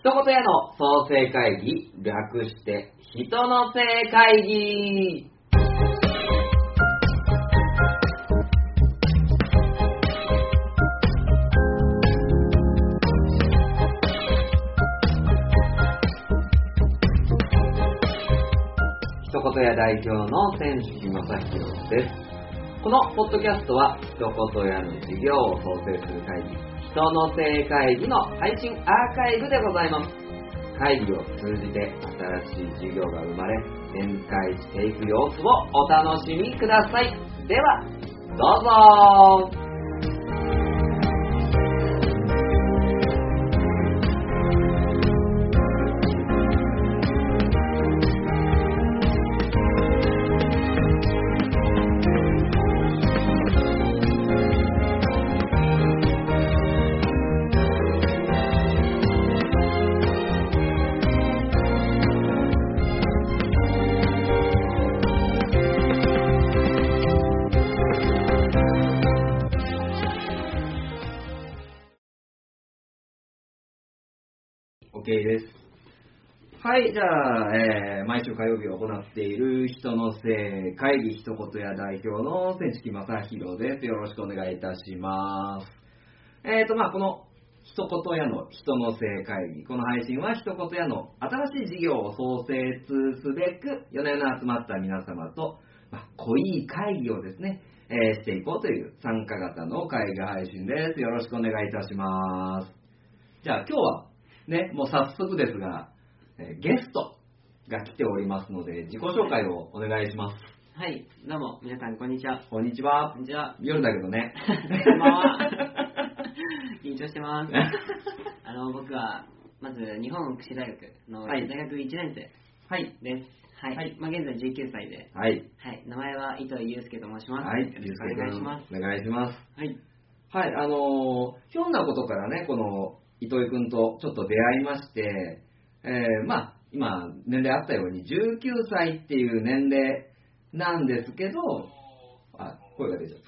一言屋の創生会議、略して人の生会議。一言屋代表の千式正弘です。このポッドキャストは一言屋の事業を創生する会議、人の生会議の配信アーカイブでございます。会議を通じて新しい事業が生まれ展開していく様子をお楽しみください。ではどうぞ。OK です。はい、じゃあ、毎週火曜日を行っている人の生会議一言屋代表の千式正弘です。よろしくお願いいたします。この一言屋の人の生会議、この配信は一言屋の新しい事業を創設すべく夜な夜な集まった皆様と、濃い会議をですね、していこうという参加型の会議配信です。よろしくお願いいたします。じゃあ今日はね、もう早速ですが、ゲストが来ておりますので、自己紹介をお願いします。 はい、どうも、皆さん、こんにちは。 こんにちは。 こんにちは。 夜だけどね。 こんばんは。緊張してます。僕は、まず、日本福祉大学の大学1年生です。はい。はい、現在19歳で。はい。はい。名前は糸井祐介と申します。はい。よろしくお願いします。 お願いします。 はい。 はい、ひょんなことからね、この、糸井くんとちょっと出会いまして、今年齢あったように19歳っていう年齢なんですけど、声が出ちゃった。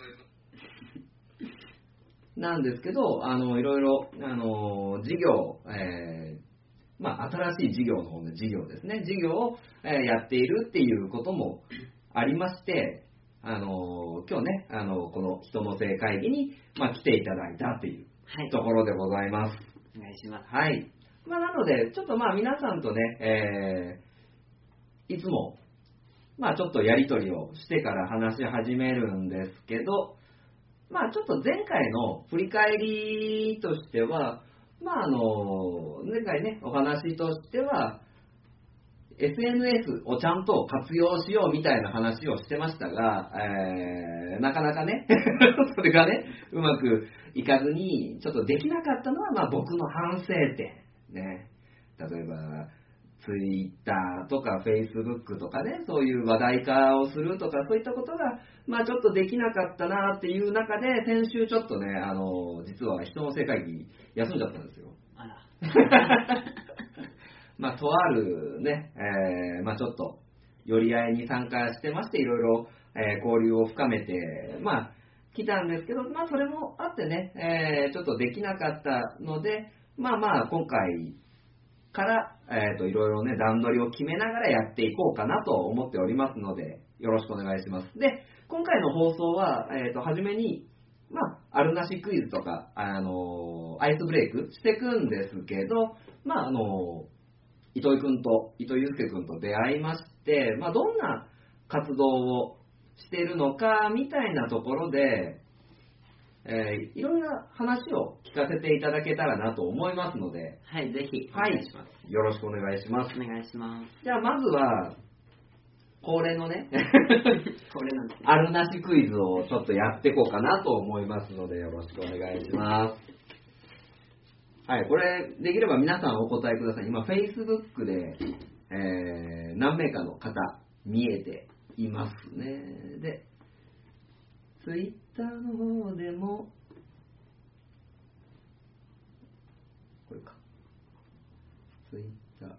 なんですけど、いろいろ、事業、新しい事業の方の事業ですね、事業を、やっているっていうこともありまして、今日ね、この人の生会議に、来ていただいたっていうところでございます。 お願いします。 はい。なので、ちょっと皆さんとね、いつも、ちょっとやりとりをしてから話し始めるんですけど、ちょっと前回の振り返りとしては、前回ね、お話としては、SNS をちゃんと活用しようみたいな話をしてましたが、なかなかね、それがね、うまくいかずに、ちょっとできなかったのは、僕の反省点。ね。例えば、Twitter とか Facebook とかね、そういう話題化をするとか、そういったことが、ちょっとできなかったなっていう中で、先週ちょっとね、実は人の生会議休んじゃったんですよ。 あら。 とあるね、ちょっと寄り合いに参加してまして、いろいろ、交流を深めて、来たんですけど、それもあってね、ちょっとできなかったので、今回から、いろいろね、段取りを決めながらやっていこうかなと思っておりますので、よろしくお願いします。で、今回の放送は、初めに、あるなしクイズとか、アイスブレイクしていくんですけど、糸井祐介くんと出会いまして、どんな活動をしているのかみたいなところで、いろんな話を聞かせていただけたらなと思いますので、 はい、ぜひお願いします。 よろしくお願いします。 お願いします。 じゃあまずは恒例のね恒例なんですね。 あるなしクイズをちょっとやっていこうかなと思いますので、よろしくお願いします。はい、これできれば皆さんお答えください。今 Facebook で、何名かの方見えていますね。で、Twitter の方でもこれか。Twitter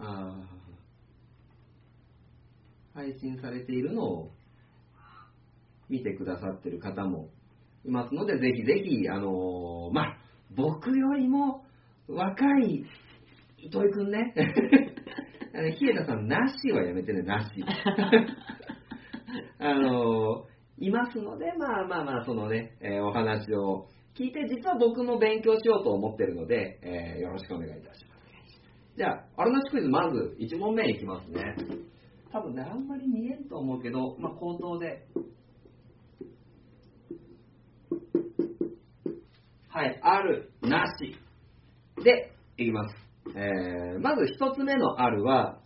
配信されているのを見てくださっている方もいますので、ぜひぜひ僕よりも若い糸井くんね。日枝さん、なしはやめてね、なし。いますので、まあ、そのね、お話を聞いて、実は僕も勉強しようと思ってるので、よろしくお願いいたします。じゃあ、あるなしクイズ、まず1問目いきますね。多分ね、あんまり見えんと思うけど、口頭で。はい、ある、なし。で、いきます。まず一つ目のあるは、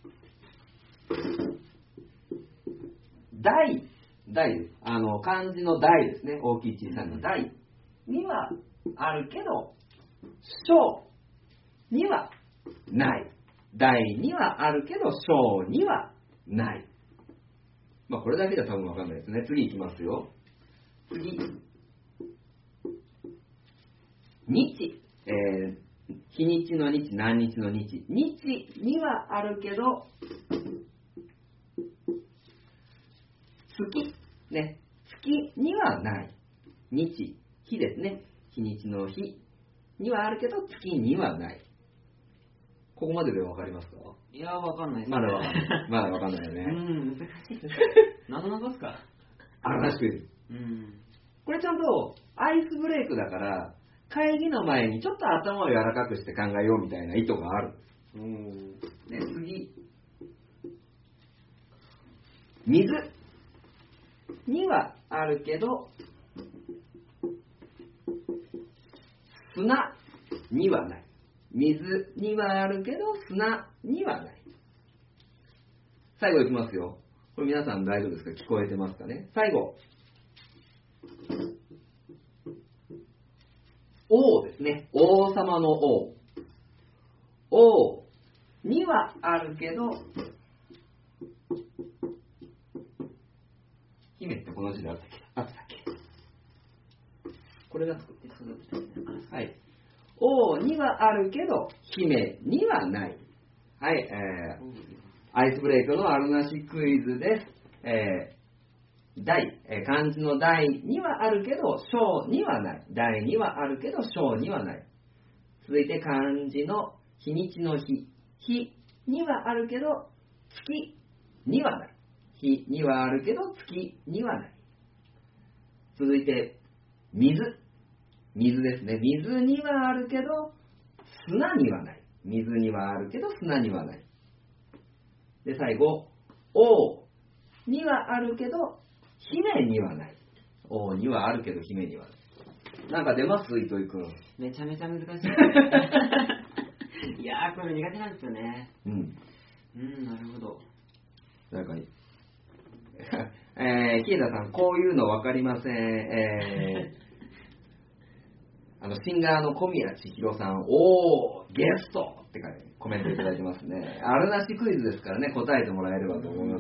大です。漢字の大ですね。大きい小さいの大にはあるけど、小にはない。大にはあるけど、小にはない。これだけじゃ多分わかんないですね。次いきますよ。次。日。日にちの日、何日の日。日にはあるけど、月。ね。月にはない。日。日ですね。日にちの日にはあるけど、月にはない。ここまででわかりますか？ いや、わかんないです。 まだわかんない。まだわかんないよね。 難しいですね。何の謎ですか？ あるらしくい。これちゃんとアイスブレイクだから、会議の前にちょっと頭を柔らかくして考えようみたいな意図があるんです。で、次。水にはあるけど、砂にはない。水にはあるけど、砂にはない。最後いきますよ。これ皆さん大丈夫ですか？聞こえてますかね？最後。王ですね。王様の王。王にはあるけど、姫ってこの字であったっけ？これが作ってはい。王にはあるけど、姫にはない。はい、アイスブレイクのあるなしクイズです。大、漢字の大にはあるけど、小にはない。大にはあるけど、小にはない。続いて漢字の日にちの日。日にはあるけど、月にはない。日にはあるけど、月にはない。続いて、水ですね。水にはあるけど、砂にはない。水にはあるけど、砂にはない。で、最後、王にはあるけど、姫にはない。王にはあるけど、姫にはない。なんか出ます？糸井くん。 めちゃめちゃ難しい。いやー、これ苦手なんですよね。なるほど。 なんか、日枝さん、こういうの分かりません。シンガーの小宮千尋さん、おー、ゲストってコメントいただいてますね。あるなしクイズですからね、答えてもらえればと思います。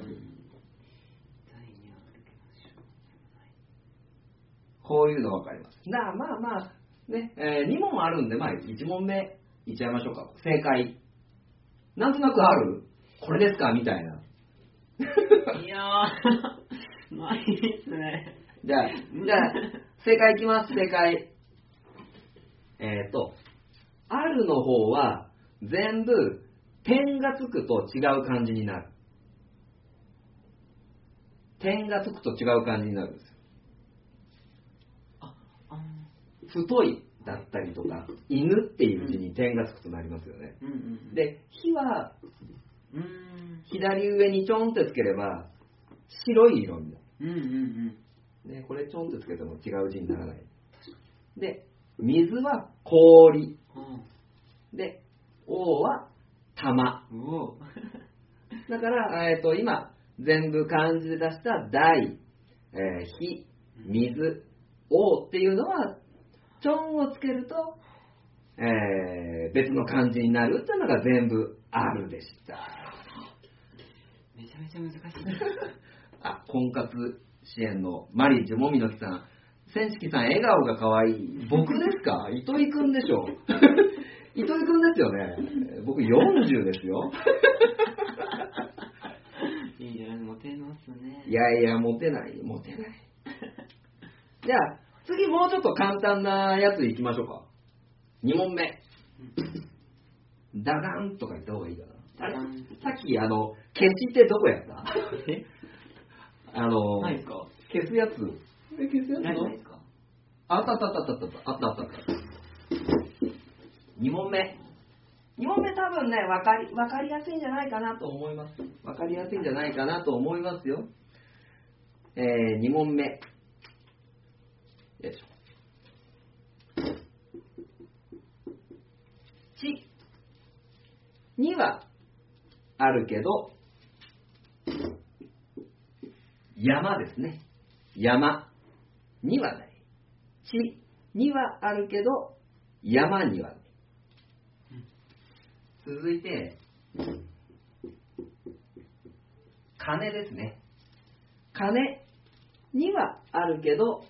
こういうの分かります。まあ、ね、2問あるんで、1問目いっちゃいましょうか。正解。なんとなくある？これですかみたいな。 いやー、ないですね。 じゃあ、正解いきます、正解。あるの方は全部点がつくと違う漢字になる。点がつくと違う漢字になるんですよ。太いだったりとか、犬っていう字に点がつくとなりますよね。で、火は左上にちょんってつければ白い色になる。ね、これちょんってつけても違う字にならない。で、水は氷。で、王は玉。だから、今、全部漢字で出した大、火、水、王っていうのは、ちょんをつけると、別の漢字になるっていうのが全部あるでした。 めちゃめちゃ難しい。 婚活支援のマリッジもみのきさん。千式さん、笑顔が可愛い。僕ですか？糸井くんでしょ。糸井くんですよね。僕40ですよ。 いいじゃない、モテますね。 いや、モテない。じゃあ、次もうちょっと簡単なやついきましょうか。2問目。 ダダンとか言った方がいいかな。あれさっき消しってどこやった？ 何ですか？ 消すやつ。消すやつ何ですか？ あった。2問目。2問目多分ね、分かりやすいんじゃないかなと思います。分かりやすいんじゃないかなと思いますよ。2問目。よいしょ。地にはあるけど、山ですね。山にはない。地にはあるけど、山にはない。続いて、金ですね。金にはあるけど、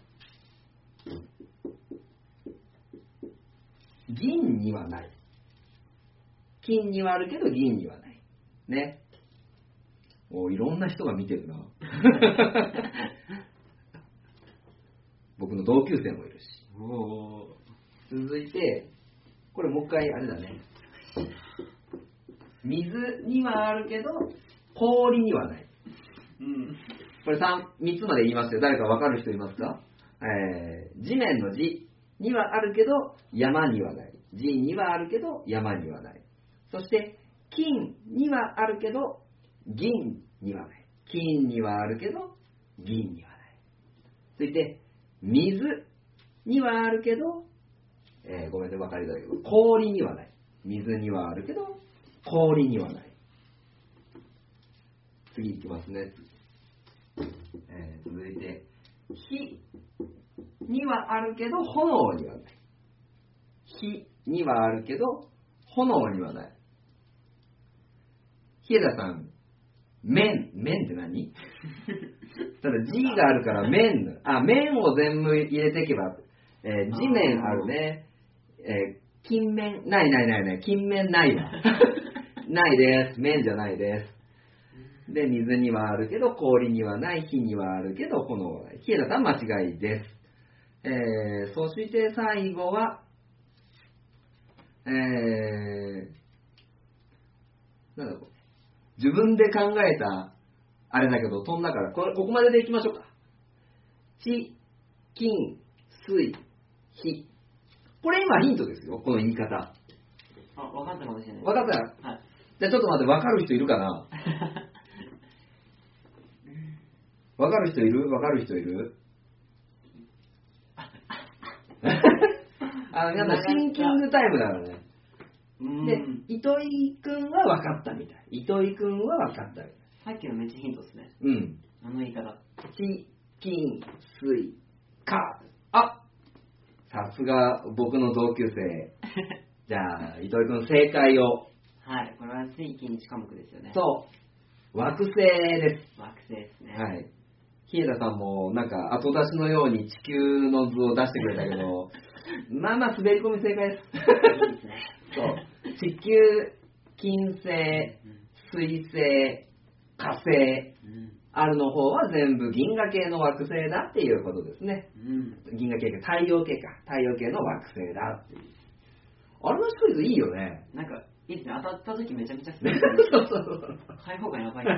銀にはない。金にはあるけど、銀にはない。ね。いろんな人が見てるな。僕の同級生もいるし。続いて、これもう一回あれだね。水にはあるけど、氷にはない。これ3つまで言いますよ。誰か分かる人いますか？地面の地にはあるけど、山にはない。地にはあるけど、山にはない。そして、金にはあるけど、銀にはない。金にはあるけど、銀にはない。続いて、水にはあるけど、ごめんね、分かりづらいけど、氷にはない。水にはあるけど、氷にはない。次いきますね。続いて、火にはあるけど、炎にはない。火にはあるけど、炎にはない。日枝さん、麺って何？ただ G があるから麺を全部入れていけば、地面あるね。金面ない金面ないわ。ないです。麺じゃないです。で、水にはあるけど氷にはない。火にはあるけど炎はない。日枝さん間違いです。そして最後はなんだろう、自分で考えたあれだけど飛んだからここまででいきましょうか。地、金、水、火。これ今ヒントですよ、この言い方。 分かったかもしれない。 分かった、はい、じゃあちょっと待って、分かる人いるかな？分かる人いる皆さんシンキングタイムだからね。で、糸井くんは分かったみたい。糸井くんは分かったみたい。 さっきのめっちゃヒントですね。あの言い方。 地、金、水、火。さすが僕の同級生。じゃあ、糸井くん正解を。 はい、これは水金地科目ですよね。 そう。惑星です。 惑星ですね。 はい。日枝さんもなんか後出しのように地球の図を出してくれたけど、まあ滑り込み正解です。 いいですね。 そう。地球、金星、水星、火星、あるの方は全部銀河系の惑星だっていうことですね。銀河系か太陽系の惑星だっていう。あれのクイズいいよね。 なんかいいですね。当たった時めちゃめちゃ滑る。そう開放感やばい。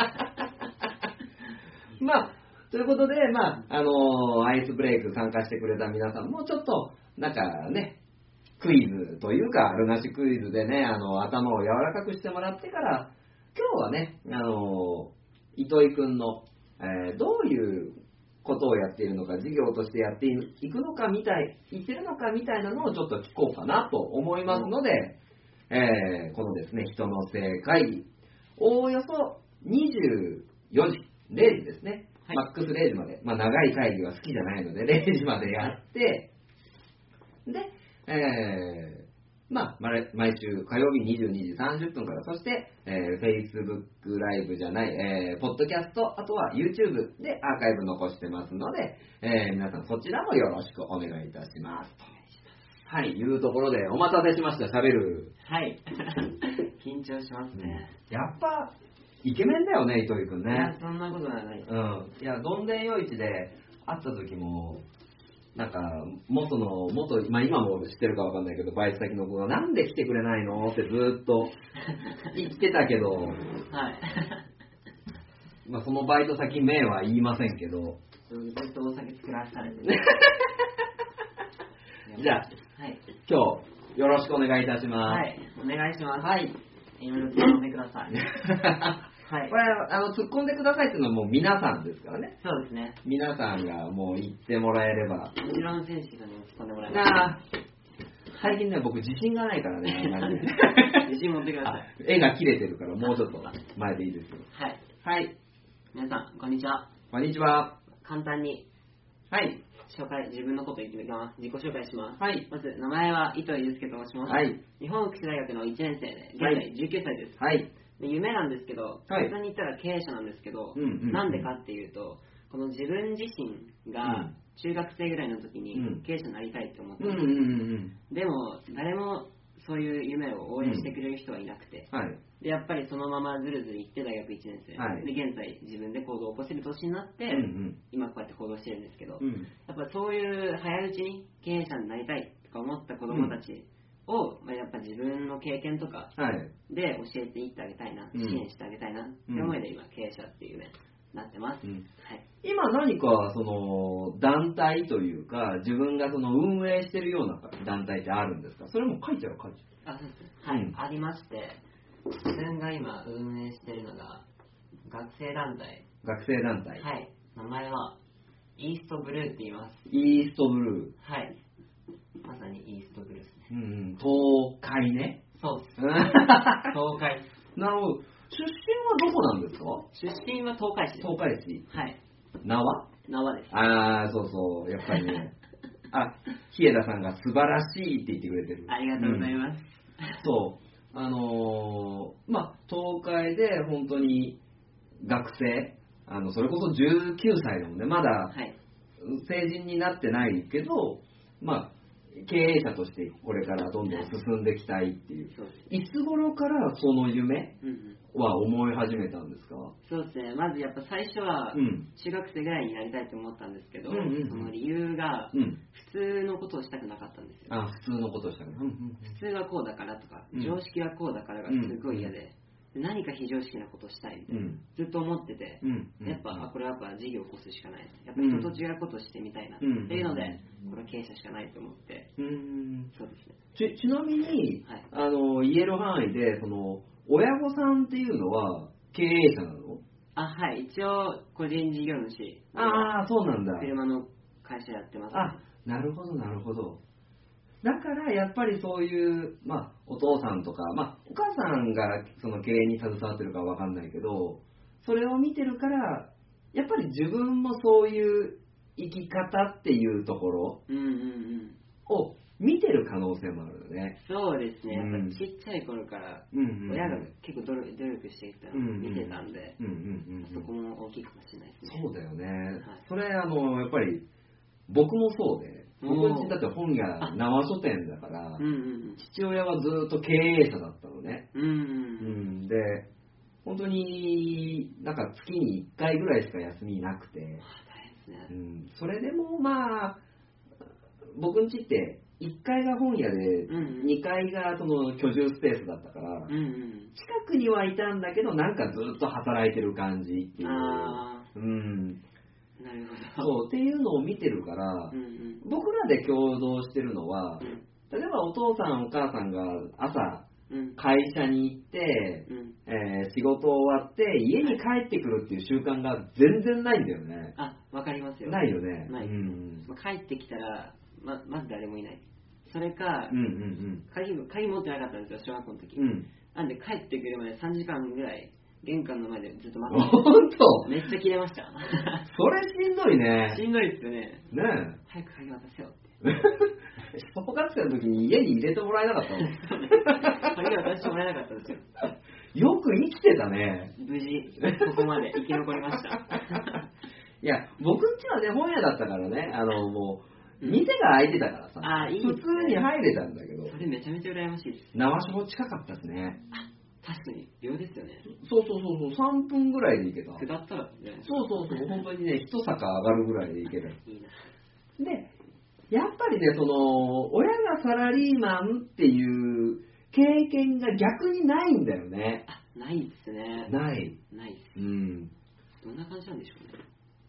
まあということで、アイスブレイク参加してくれた皆さんもちょっとなんかね、クイズというかあるなしクイズでね、頭を柔らかくしてもらってから、今日はね、糸井くんの、どういうことをやっているのか、授業としてやっていくのかいってるのかみたいなのをちょっと聞こうかなと思いますので、このですね、人の正解、おおよそ24時、0時ですね、はい、マックス0時まで、長い会議は好きじゃないので0時までやって、で、毎週火曜日22時30分から、そして、Facebook ライブじゃない、ポッドキャスト、あとは YouTube でアーカイブ残してますので、皆さんそちらもよろしくお願いいたします。はい、いうところでお待たせしました、喋る。 はい。緊張しますね。 やっぱ、イケメンだよね、糸井くんね。 いや、そんなことはない。 いや、どんでん夜市で会った時も、 なんか、まあ今も知ってるかわかんないけど、バイト先の子がなんで来てくれないのってずっと言ってたけど、はい。まあそのバイト先名は言いませんけど、 ずっとお酒作らされてる。 じゃあ、はい、今日よろしくお願いいたします。 はい、お願いします。はい。いろいろ突っ込んでください。 はい、これ突っ込んでくださいっていうのはもう皆さんですからね。 そうですね。 皆さんがもう言ってもらえれば。 もちろん選手がね、突っ込んでもらえば。 最近ね、僕自信がないからね、 自信持ってください。 絵が切れてるからもうちょっと前でいいですよ。 はい。 はい。 皆さん、こんにちは。 こんにちは。 簡単に。 はい。 自分のこと言ってみます。自己紹介します。 はい。 まず、名前は糸井祐介と申します。はい。日本福祉大学の1年生で、現在19歳です。はい。で夢なんですけど、簡単に言ったら経営者なんですけど、なんでかっていうと、この自分自身が中学生ぐらいの時に経営者になりたいと思ってたんです。でも、誰もそういう夢を応援してくれる人はいなくて、でやっぱりそのままずるずる行って大学1年生、で現在自分で行動を起こせる年になって、今こうやって行動してるんですけど、やっぱそういう早いうちに経営者になりたいとか思った子供たちを、やっぱ自分の経験とかで教えていってあげたいな、支援してあげたいなって思いで今経営者っていう夢になってます。はい、 今何かその団体というか自分がその運営してるような団体ってあるんですか？それも書いてある。 そうです。はい、ありまして、自分が今運営してるのが学生団体。はい。名前はイーストブルーって言います。 イーストブルー。 はい。まさにイーストブルーですね。 東海ね。 そうです。東海。 なるほど。出身はどこなんですか？ 出身は東海市です。 東海市。 はい。 名です。 そうそう。やっぱりね。日枝さんが素晴らしいって言ってくれてる。 ありがとうございます。 そう。東海で本当に学生、それこそ19歳だもんね。まだ成人になってないけど、経営者としてこれからどんどん進んでいきたいっていう。いつ頃からその夢は思い始めたんですか？ そうですね。まずやっぱ最初は中学生ぐらいになりたいと思ったんですけど、その理由が普通のことをしたくなかったんですよ。 普通のことをしたくなかった。 普通はこうだからとか、常識はこうだからがすごい嫌で、何か非常識なことをしたいみたいな、ずっと思ってて、やっぱこれはやっぱ事業を起こすしかない、やっぱ人と違うことをしてみたいなっていうので、これは経営者しかないと思って、そうですね。 ちなみに、言える範囲でその親御さんっていうのは経営者なの？ はい、一応個人事業主。 そうなんだ。 車の会社やってます、 ね。なるほどなるほど。だからやっぱりそういう、お父さんとか、お母さんがその経営に携わってるかは分かんないけど、それを見てるから、やっぱり自分もそういう生き方っていうところを見てる可能性もあるよね。 そうですね。やっぱちっちゃい頃から親が結構努力してきたのを見てたんで、そこも大きいかもしれないですね。 そうだよね。それやっぱり僕もそうで、僕んちだって本屋生書店だから、父親はずっと経営者だったのね。で、本当になんか月に1回ぐらいしか休みなくて、それでも僕んちって1階が本屋で2階がその居住スペースだったから、近くにはいたんだけどなんかずっと働いてる感じっていう。 なるほど。 そうっていうのを見てるから、僕らで共同してるのは、例えばお父さんお母さんが朝会社に行って、仕事終わって家に帰ってくるっていう習慣が全然ないんだよね。 わかりますよ。 ないよね。 帰ってきたらまず誰もいない。それか、鍵持ってなかったんですよ、小学校の時。なんで帰ってくるまで3時間ぐらい玄関の前でずっと待って。 本当？ めっちゃ切れました。 それしんどいね。 しんどいっすよね。 ねえ。 早く鍵渡せよって。 小学生の時に家に入れてもらえなかったの？ 鍵渡してもらえなかったんですよ。 よく生きてたね。 無事、ここまで生き残りました。 いや、僕んちはね、本屋だったからね、もう、店が開いてたからさ、 いいですね、 普通に入れたんだけど。 それめちゃめちゃ羨ましいです。 生書近かったですね。 確かに、秒ですよね。 そう、3分ぐらいで行けた。 下ったらね。 そう、本当にね、一坂上がるぐらいで行けた。 いいな。 で、 やっぱりね、親がサラリーマンっていう経験が逆にないんだよね。 ないっすね。 ないっす。どんな感じなんでしょうね。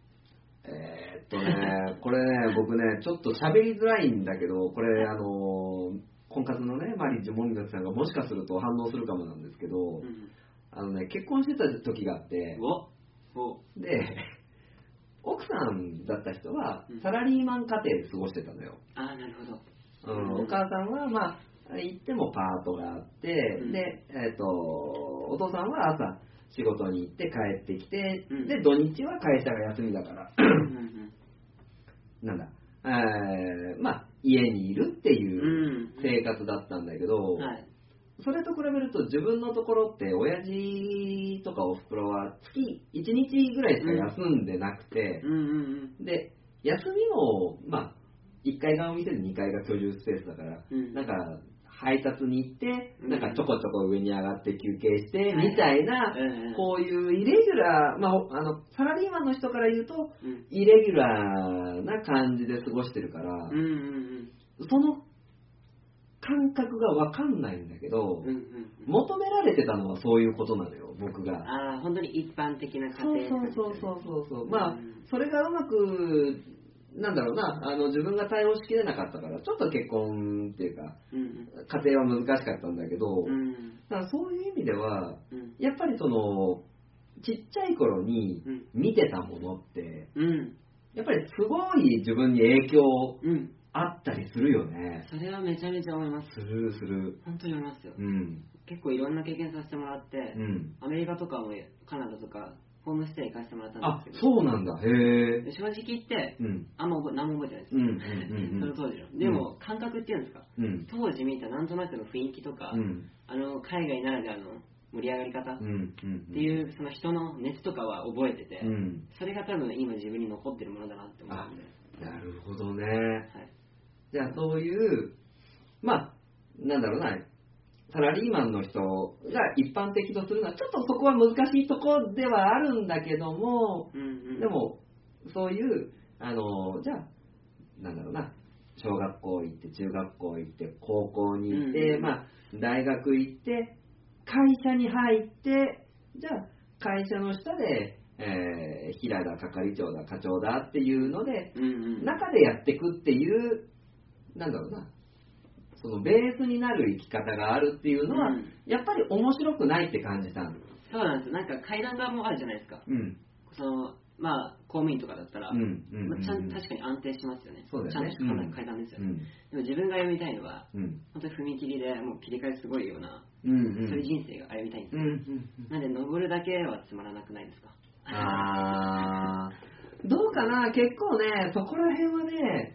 これね、僕ね、ちょっと喋りづらいんだけど、これ、婚活のね、マリッジ・モニカさんがもしかすると反応するかもなんですけど、結婚してた時があって、で、奥さんだった人はサラリーマン家庭で過ごしてたのよ。 なるほど。 お母さんは、行ってもパートがあって、で、お父さんは朝仕事に行って帰ってきて、で、土日は会社が休みだから、なんだ、家にいるっていう生活だったんだけど、それと比べると自分のところって親父とかおふくろは月1日ぐらいしか休んでなくて、で休みも1階がお店で2階が居住スペースだから、なんか配達に行ってなんかちょこちょこ上に上がって休憩してみたいな、こういうイレギュラー、サラリーマンの人から言うとイレギュラーな感じで過ごしてるから、その感覚が分かんないんだけど、求められてたのはそういうことなのよ、僕が。 本当に一般的な家庭。 そう。それがうまくなんだろうな、自分が対応しきれなかったから、ちょっと結婚っていうか、家庭は難しかったんだけど、だからそういう意味では、やっぱりちっちゃい頃に見てたものって、やっぱりすごい自分に影響あったりするよね。 それはめちゃめちゃ思います。 する。 本当に思いますよ。結構いろんな経験させてもらって、アメリカとかもカナダとか、ホームステイ行かせてもらったんですけど。 そうなんだ。へえ。 正直言って、何も覚えてないです。その当時の。でも、感覚っていうんですか、当時見たなんとなくの雰囲気とか、海外ならではの盛り上がり方っていう、その人の熱とかは覚えてて、それが多分今自分に残ってるものだなって思うんで。 なるほどね。じゃあそういう、なんだろうな、サラリーマンの人が一般的とするのはちょっとそこは難しいところではあるんだけども、でもそういうじゃあなんだろうな、小学校行って中学校行って高校に行って、大学行って会社に入って、じゃあ会社の下で、平田係長だ課長だっていうので、中でやっていくっていうなんだろうな、そのベースになる生き方があるっていうのは、やっぱり面白くないって感じたんです。 そうなんです。なんか階段側もあるじゃないですか。公務員とかだったら、確かに安定しますよね。 そうだよね。 ちゃんとした階段ですよね。でも自分が歩みたいのは、本当に踏切でもう切り替えすごいような、そういう人生が歩みたいんですよ。なんで登るだけはつまらなくないですか？ どうかな、結構ね、そこら辺はね、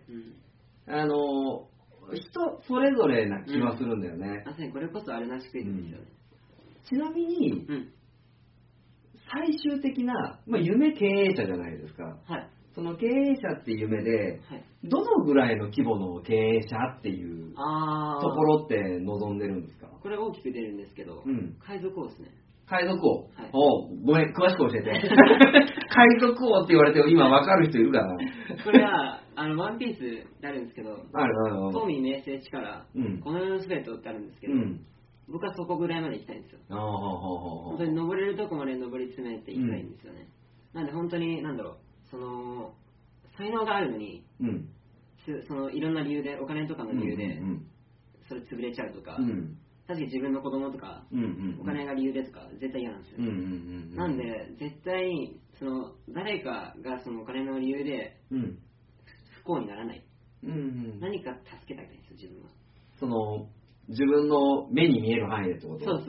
人それぞれな気はするんだよね。 まさにこれこそあるなしクイズですよね。 ちなみに、最終的な、夢経営者じゃないですか。その経営者っていう夢で、どのぐらいの規模の経営者っていうところって望んでるんですか？ これ大きく出るんですけど、海賊王ですね。 海賊王、ごめん、詳しく教えて。海賊王って言われて今分かる人いるかな？ これはワンピースであるんですけど、東美名声力、この世のすべてってあるんですけど、僕はそこぐらいまで行きたいんですよ。本当に登れるとこまで登り詰めていきたいんですよね。なんで本当に才能があるのに、いろんな理由で、お金とかの理由でそれ潰れちゃうとか、確かに自分の子供とか、お金が理由でとか絶対嫌なんですよ。なんで絶対に誰かがそのお金の理由で不幸にならない、何か助けてあげたいんですよ、自分は。 自分の目に見える範囲でってこと？ そう。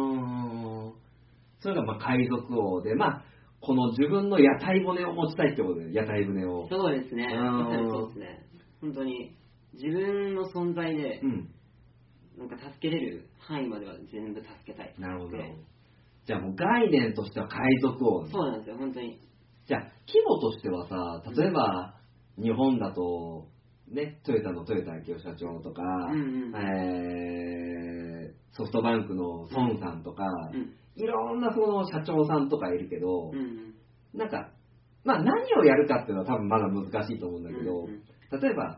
それが海賊王で、この自分の屋台骨を持ちたいってことで、屋台骨を。 そうですね。そうですね。本当に自分の存在で、なんか助けれる範囲までは全部助けたい。 なるほど。じゃあもう概念としては海賊王。 そうなんですよ、本当に。 じゃあ規模としてはさ、例えば、日本だとね、トヨタの豊田章男社長とか、ソフトバンクの孫さんとか、いろんなその社長さんとかいるけど、なんか何をやるかっていうのは多分まだ難しいと思うんだけど、例えば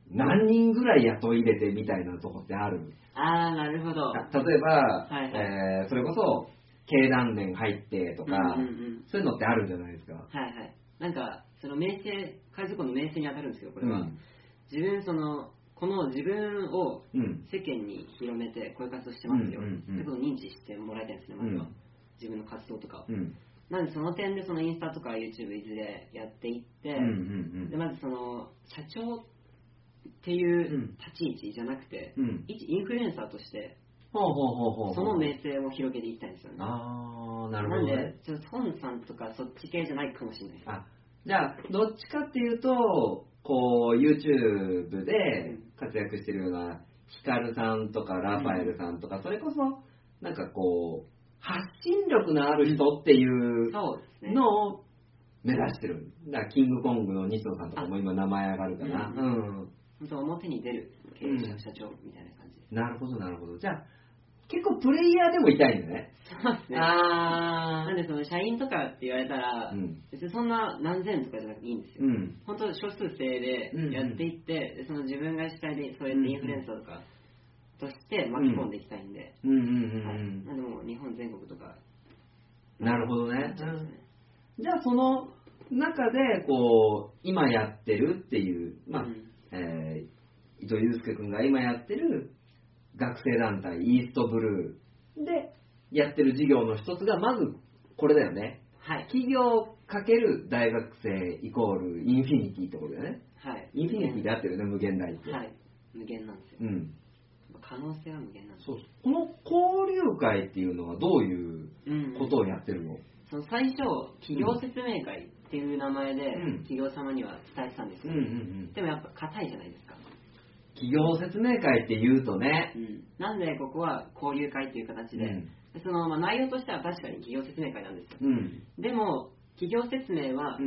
何人ぐらい雇い入れてみたいなとこってある？ なるほど。 例えば、それこそ経団連入ってとか、そういうのってあるんじゃないですか。 はいはい。なんかその名声、海賊王の名声に当たるんですけど、これは、自分この自分を世間に広めてこういう活動してますよ、そういうことを認知してもらいたいんですね、まずは、自分の活動とか、なんでその点でそのインスタとか YouTube いずれやっていって、でまずその社長っていう立ち位置じゃなくて、一インフルエンサーとしてその名声を広げていきたいんですよね。 なるほど、ね、 なんでちょっと孫さんとかそっち系じゃないかもしれないです。 じゃあどっちかっていうとこう YouTube で活躍してるようなヒカルさんとかラファエルさんとか、それこそなんかこう発信力のある人っていうのを目指してる。だからキングコングの西野さんとかも今名前上がるかな。 本当表に出る経営者、社長みたいな感じで。 なるほどなるほど。じゃあ結構プレイヤーでもいたいんだね。 そうですね。なんでその社員とかって言われたら、別にそんな何千とかじゃなくていいんですよ。本当少数制でやっていって、その自分が主体でそうやってインフルエンサーとかとして巻き込んでいきたいんで。なんでもう日本全国とか。 なるほどね。じゃあその中でこう今やってるっていう、伊藤祐介君が今やってる学生団体イーストブルーでやってる事業の一つがまずこれだよね。企業×大学生イコールインフィニティってことだよね。インフィニティであってるね、無限大って。 無限なんですよ。可能性は無限なんです。 そう。この交流会っていうのはどういうことをやってるの？ その最初企業説明会っていう名前で企業様には伝えてたんですよ。でもやっぱ硬いじゃないですか。 企業説明会って言うとね、 なんでここは交流会っていう形で、その内容としては確かに企業説明会なんですよ。でも企業説明は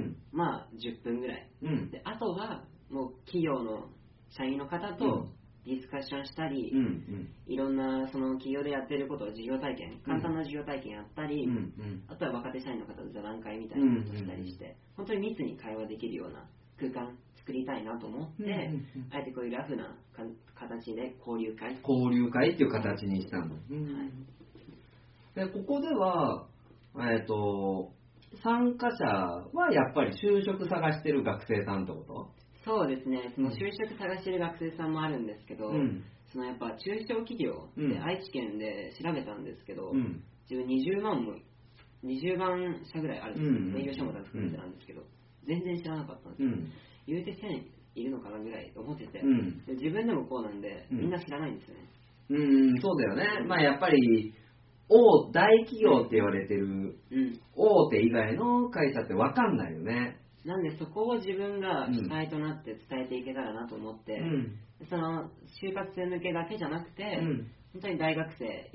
10分ぐらい、であとはもう企業の社員の方とディスカッションしたり、いろんなその企業でやってることを事業体験、簡単な事業体験やったり、あとは若手社員の方と座談会みたいなことしたりして、本当に密に会話できるような空間作りたいなと思って、あえてこういうラフな形で交流会っていう形にしたの。でここでは参加者はやっぱり就職探してる学生さんってこと？ そうですね。その就職探してる学生さんもあるんですけど、そのやっぱ中小企業で愛知県で調べたんですけど、自分20万社ぐらいあるんですよ。営業所も含めてなんですけど、全然知らなかったんですよ。言うて1000いるのかなぐらい思ってて、で自分でもこうなんで、みんな知らないんですよね。 そうだよね。やっぱり大企業って言われてる大手以外の会社って分かんないよね。 なんでそこを自分が主体となって伝えていけたらなと思って、その就活生向けだけじゃなくて、本当に大学生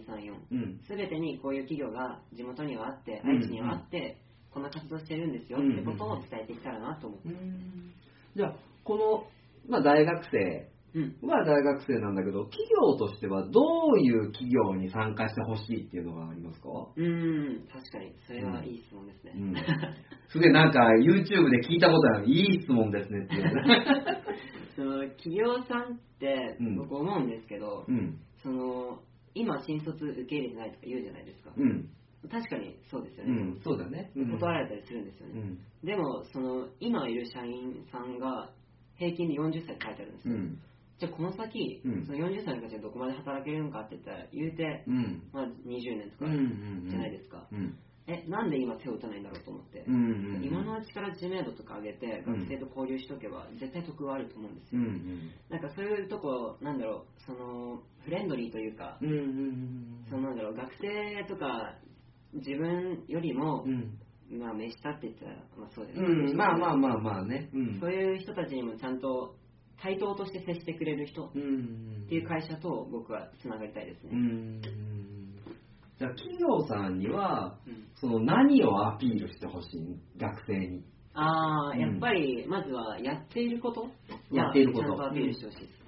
1234、全てにこういう企業が地元にはあって愛知にはあって、こんな活動してるんですよってことを伝えていけたらなと思って。 じゃあこの、大学生は大学生なんだけど、企業としてはどういう企業に参加してほしいっていうのがありますか？ 確かにそれはいい質問ですね。 すげえなんか YouTube で聞いたことある、いい質問ですねっていう。 その企業さんって僕思うんですけど、その今新卒受け入れてないとか言うじゃないですか。確かにそうですよね。 そうだね。 断られたりするんですよね。でもその今いる社員さんが平均で40歳って書いてあるんですよ。じゃあこの先、その40歳の方がどこまで働けるのかって言ったら言うて、20年とかじゃないですか。なんで今手を打たないんだろうと思って、今のうちから知名度とか上げて学生と交流しとけば絶対得はあると思うんですよ。なんかそういうとこそのフレンドリーというか、その学生とか自分よりも、目下って言ったら、そうですね。 ね。 そういう人たちにもちゃんと対等として接してくれる人っていう会社と僕はつながりたいですね。 じゃあ企業さんには、その何をアピールしてほしい？学生に。 やっぱりまずはやっていることはちゃんとアピールしてほしいです。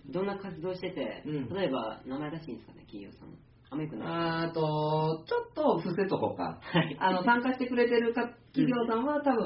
どんな活動してて、例えば名前出していいんですかね、企業さんの。ちょっと伏せとこうか。参加してくれてる企業さんは多分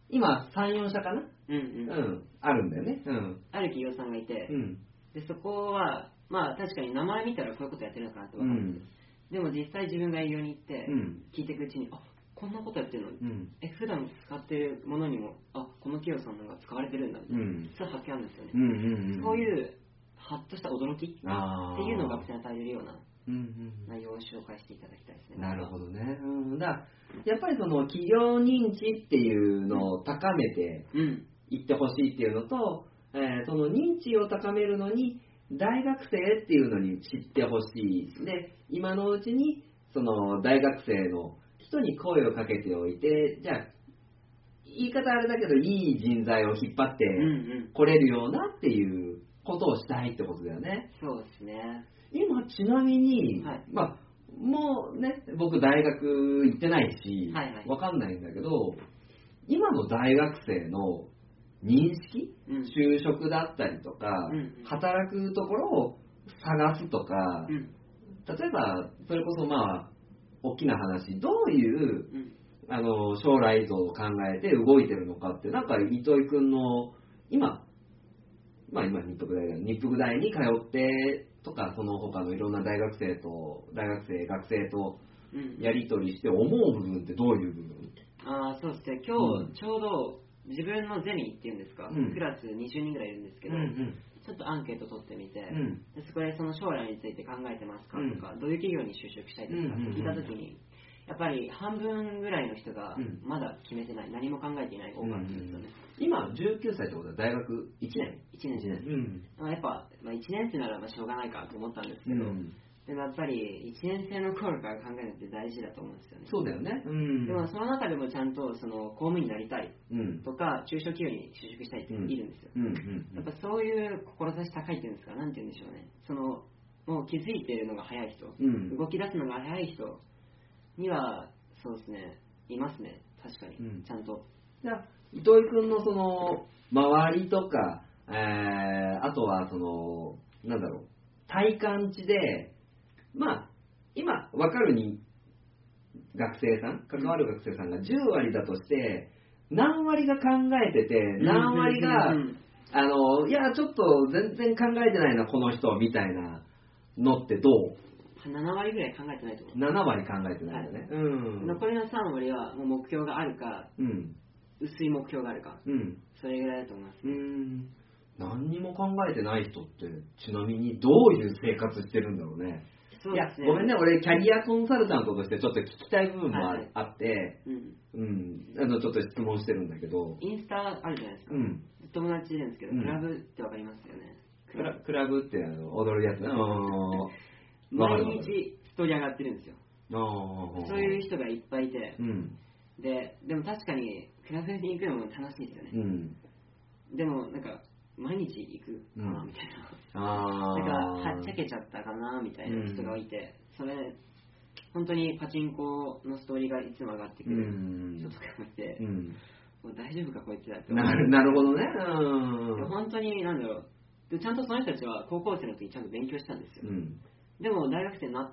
今3、4社かな、あるんだよね。 ある企業さんがいて、でそこはまあ確かに名前見たらこういうことやってるのかなって分かるんですよ。でも実際自分が営業に行って聞いていくうちに、あ、こんなことやってるの、普段使ってるものにも、あ、この企業さんのが使われてるんだみたいな、そういう発見あるんですよね。そういうハッとした驚きっていうのを学生に与えれるような内容を紹介していただきたいですね。 なるほどね。だやっぱりその企業認知っていうのを高めていってほしいっていうのと、その認知を高めるのに大学生っていうのに知ってほしい。で、今のうちにその大学生の人に声をかけておいて、じゃあ言い方あれだけどいい人材を引っ張ってこれるようなっていうことをしたいってことだよね。 そうですね。 今ちなみに、まあもうね、僕大学行ってないし、わかんないんだけど、今の大学生の認識、就職だったりとか、働くところを探すとか、例えばそれこそまあ大きな話、どういう将来像を考えて動いてるのかって、なんか糸井くんの今日福大に通ってとか、その他のいろんな学生とやり取りして思う部分ってどういう部分？ そうですね。今日ちょうど自分のゼミっていうんですか、クラス20人ぐらいいるんですけど、ちょっとアンケート取ってみて、でそこでその将来について考えてますかとか、どういう企業に就職したいですかって聞いたときに、やっぱり半分ぐらいの人がまだ決めてない、何も考えていない多かったんですよね。 今19歳ってことは大学1年やっぱ、1年生ならしょうがないかと思ったんですけど、でもやっぱり1年生の頃から考えるのって大事だと思うんですよね。 そうだよね。 でもその中でもちゃんとその公務員になりたいとか、中小企業に就職したいっているんですよ。やっぱそういう志高いっていうんですか、なんて言うんでしょうね。そのもう気づいているのが早い人、動き出すのが早い人にはそうですね、いますね、確かに、ちゃんと。 じゃあ糸井君のその周りとか、あとはそのなんだろう、体感値で、まあ今分かるに学生さん、関わる学生さんが10割だとして、何割が考えてて、何割がいやちょっと全然考えてないなこの人みたいなのってどう ？7割ぐらい考えてないと思う。 7割考えてないよね。 残りの3割はもう目標があるか、薄い目標があるか、それぐらいだと思います、ね。 何にも考えてない人ってちなみにどういう生活してるんだろうね。 そうですね。 いやごめんね、俺キャリアコンサルタントとしてちょっと聞きたい部分もあって、ちょっと質問してるんだけど、 インスタあるじゃないですか。友達いるんですけど、クラブってわかりますよね。 クラブって踊るやつね。 毎日ストーリー上がってるんですよ。そういう人がいっぱいいて、でも確かにクラブに行くのも楽しいですよね。でもなんか毎日行くかなみたいな、なんかはっちゃけちゃったかなみたいな人がいて、それ本当にパチンコのストーリーがいつも上がってくる人とかもいて、もう大丈夫かこいつだって思って。 なるほどね。 本当になんだろう、ちゃんとその人たちは高校生の時にちゃんと勉強したんですよ。でも大学生になって、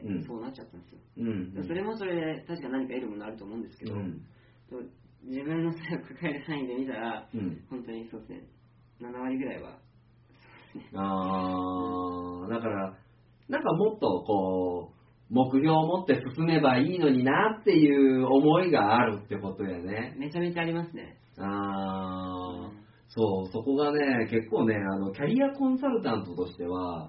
そうなっちゃったんですよ。それもそれで確か何か得るものあると思うんですけど、自分のそれを抱える範囲で見たら、本当にそうですね、7割ぐらいはそうですね。 だからなんかもっとこう目標を持って進めばいいのになっていう思いがあるってことやね。 めちゃめちゃありますね。 そう、そこがね結構ね、キャリアコンサルタントとしては、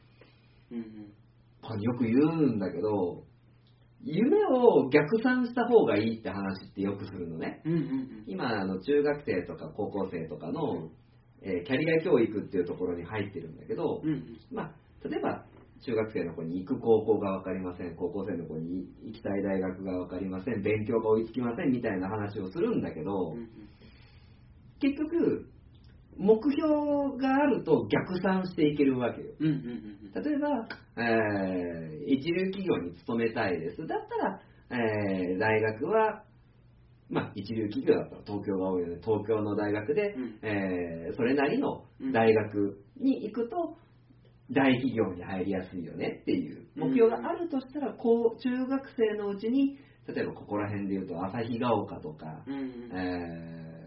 よく言うんだけど、夢を逆算した方がいいって話ってよくするのね。今中学生とか高校生とかの、キャリア教育っていうところに入ってるんだけど、例えば中学生の子に行く高校が分かりません、高校生の子に行きたい大学が分かりません、勉強が追いつきませんみたいな話をするんだけど、結局目標があると逆算していけるわけよ。例えば、一流企業に勤めたいです。だったら、大学は、一流企業だったら東京が多いので、東京の大学で、それなりの大学に行くと、大企業に入りやすいよねっていう目標があるとしたら、中学生のうちに、例えばここら辺でいうと旭ヶ丘とか、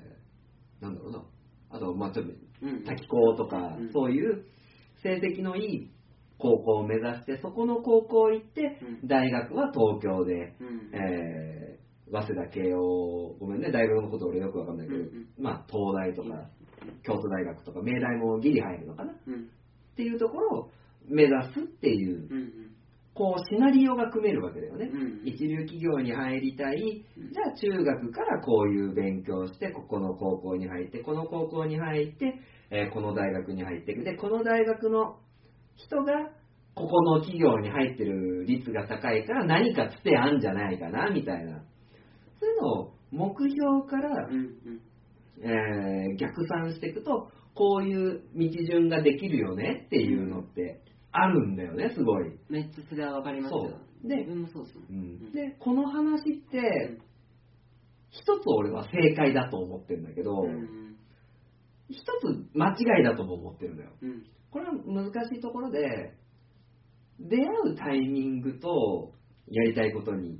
なんだろうな、あとちょっと滝高とか、そういう成績のいい高校を目指して、そこの高校行って、大学は東京で、早稲田慶応、ごめんね、大学のこと俺よくわかんないけど、東大とか京都大学とか明大もギリ入るのかな、っていうところを目指すっていう、こうシナリオが組めるわけだよね、一流企業に入りたい、じゃあ中学からこういう勉強をして、ここの高校に入って、この高校に入って、この大学に入っていく、でこの大学の人がここの企業に入ってる率が高いから何かつてあんじゃないかなみたいな、そういうのを目標から、逆算していくと、こういう道順ができるよねっていうのってあるんだよね、すごい。 めっちゃそれはわかりますよ。 で、 自分もそうですもん。 で、この話って、一つ俺は正解だと思ってるんだけど、一つ間違いだとも思ってるのよ。これは難しいところで、出会うタイミングとやりたいことに、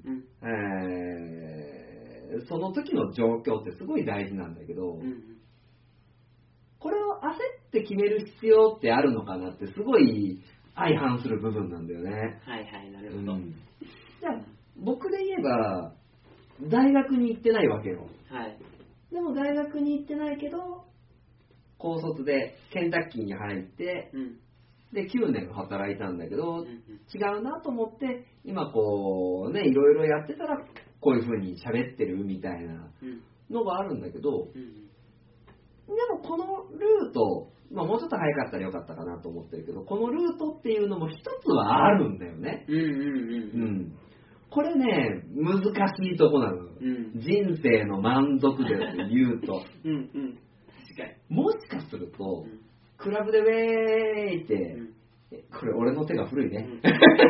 その時の状況ってすごい大事なんだけど、これを焦って決める必要ってあるのかなってすごい相反する部分なんだよね。 はいはい、なるほど。 じゃあ僕で言えば大学に行ってないわけよ。 はい。 でも大学に行ってないけど高卒でケンタッキーに入って、で9年働いたんだけど、違うなと思って今こうねいろいろやってたらこういう風に喋ってるみたいなのがあるんだけど、でもこのルート、もうちょっと早かったらよかったかなと思ってるけど、このルートっていうのも一つはあるんだよね。これね難しいとこなの、人生の満足度で言うと確かにもしかすると、クラブでウェーイって、これ俺の手が古いね、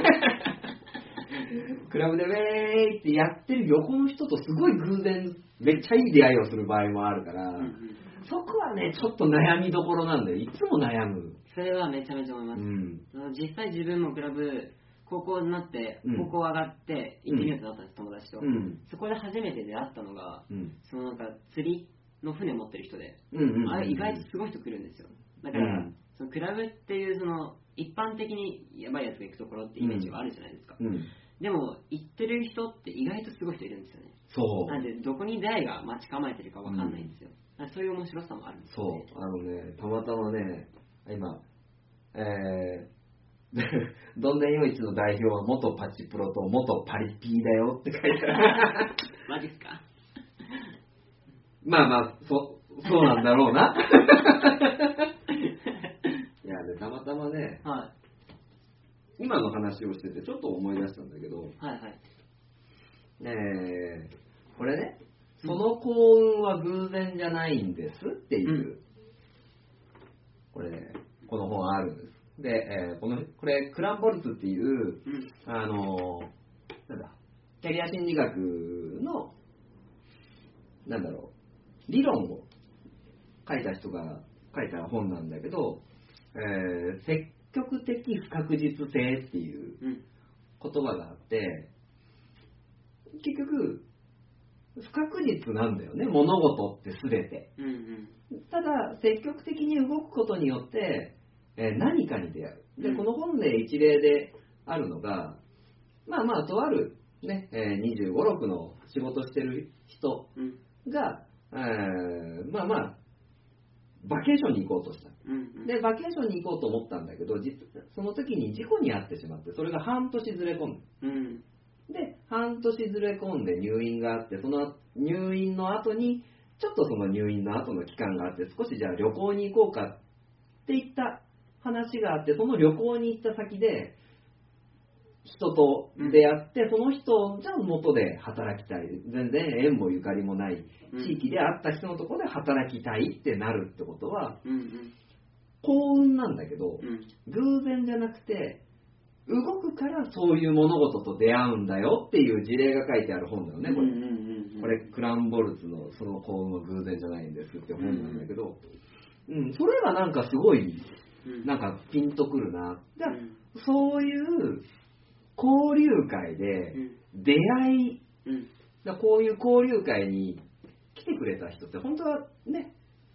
クラブでウェーイってやってる横の人とすごい偶然めっちゃいい出会いをする場合もあるから、そこはねちょっと悩みどころなんだよ。いつも悩む。 それはめちゃめちゃ思います、実際自分もクラブ高校になって、高校上がって行ってみようとなったんです、友達と、そこで初めて出会ったのが、そのなんか釣りの船持ってる人で、あれ意外とすごい人来るんですよ。だから、そのクラブっていうその一般的にやばいやつが行くところってイメージがあるじゃないですか、でも行ってる人って意外とすごい人いるんですよね。そうなんでどこに出会いが待ち構えてるか分かんないんですよ、そういう面白さもあるんですよね。 たまたまね今どんでんよいちの代表は元パチプロと元パリピーだよって書いてあるマジっすかそうなんだろういやね、たまたまね、今の話をしててちょっと思い出したんだけど、これね、その幸運は偶然じゃないんですっていう、これね、この本あるんです。で、これクランボルツっていう、なんだキャリア心理学の理論を書いた人が書いた本なんだけど、積極的不確実性っていう言葉があって、結局不確実なんだよね、物事って全て、ただ積極的に動くことによって何かに出会う。で、この本で一例であるのが、とある、ね、25、6の仕事してる人が、バケーションに行こうとした。で、バケーションに行こうと思ったんだけど、その時に事故に遭ってしまって、それが半年ずれ込んで。で、半年ずれ込んで入院があって、その入院の後に、ちょっとその入院の後の期間があって、少しじゃあ旅行に行こうかっていった話があって、その旅行に行った先で人と出会って、その人じゃあ元で働きたい、全然縁もゆかりもない地域で会った人のところで働きたいってなるってことは、幸運なんだけど、偶然じゃなくて動くからそういう物事と出会うんだよっていう事例が書いてある本だよね、これクランボルツのその幸運は偶然じゃないんですって本なんだけど、それがなんかすごいなんかピンとくるな。そういう交流会で出会い、こういう交流会に来てくれた人って本当はね、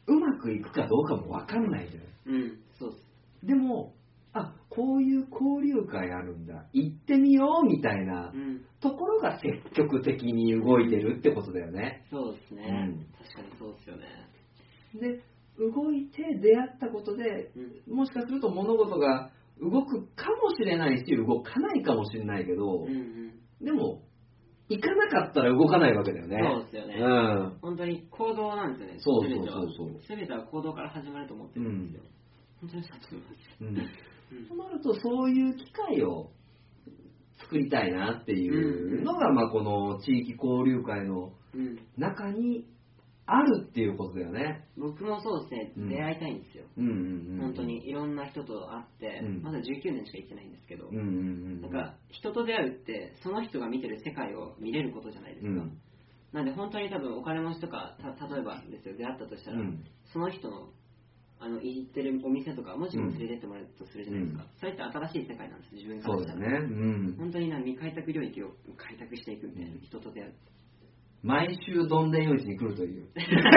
うまくいくかどうかも分かんないじゃない。 そうです。 でも、こういう交流会あるんだ、行ってみようみたいなところが積極的に動いてるってことだよね。 そうですね。確かにそうですよね。 で、動いて出会ったことで、もしかすると物事が動くかもしれないし、動かないかもしれないけど、でも、行かなかったら動かないわけだよね。 そうですよね。本当に行動なんですよね。そう。全ては行動から始まると思ってるんですよ。本当にそう思います。 となると、そういう機会を作りたいなっていうのが、この地域交流会の中にあるっていうことだよね。 僕もそうですね、出会いたいんですよ。本当にいろんな人と会って、まだ19年しか行ってないんですけど、なんか人と出会うってその人が見てる世界を見れることじゃないですか。なんで本当に多分お金持ちとか例えばですよ、出会ったとしたら、その人の行ってるお店とかもしも連れてってもらえるとするじゃないですか。それって新しい世界なんです、自分からしたら。そうだね。本当に未開拓領域を開拓していくみたいな、人と出会う。 毎週どんでん用地に来るという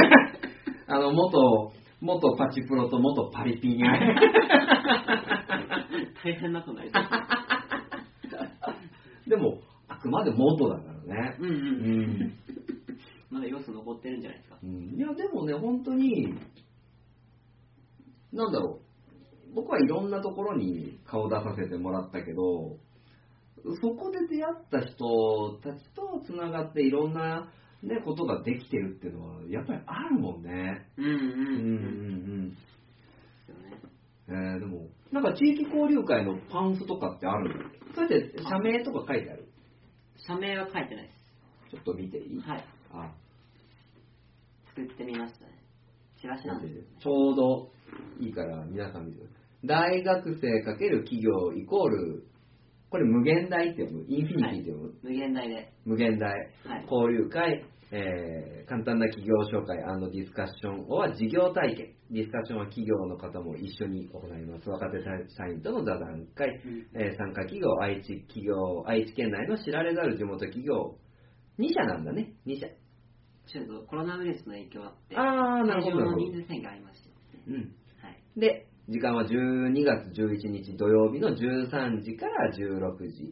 元パチプロと元パリピに会え大変なことになりそうでもあくまで元だからね。 まだ要素残ってるんじゃないですか。 いやでもね、本当になんだろう、僕はいろんなところに顔出させてもらったけど、そこで出会った人たちとつながっていろんな、ことができてるっていうのはやっぱりあるもんね。でもなんか地域交流会のパンフとかってあるの？それって社名とか書いてある？ 社名は書いてないです。 ちょっと見ていい？ はい。作ってみましたね。チラシなんです。 ちょうどいいから皆さん見てください。大学生×企業イコール、これ無限大って読む？インフィニティって読む？ 無限大で。 無限大。交流会、簡単な企業紹介&ディスカッションは事業体験。ディスカッションは企業の方も一緒に行います。若手社員との座談会、参加企業、愛知県内の知られざる地元企業、2社なんだね、2社。 ちょっとコロナウイルスの影響あって、 なるほど。 人数制限がありまして。 で、時間は12月11日土曜日の13時から16時。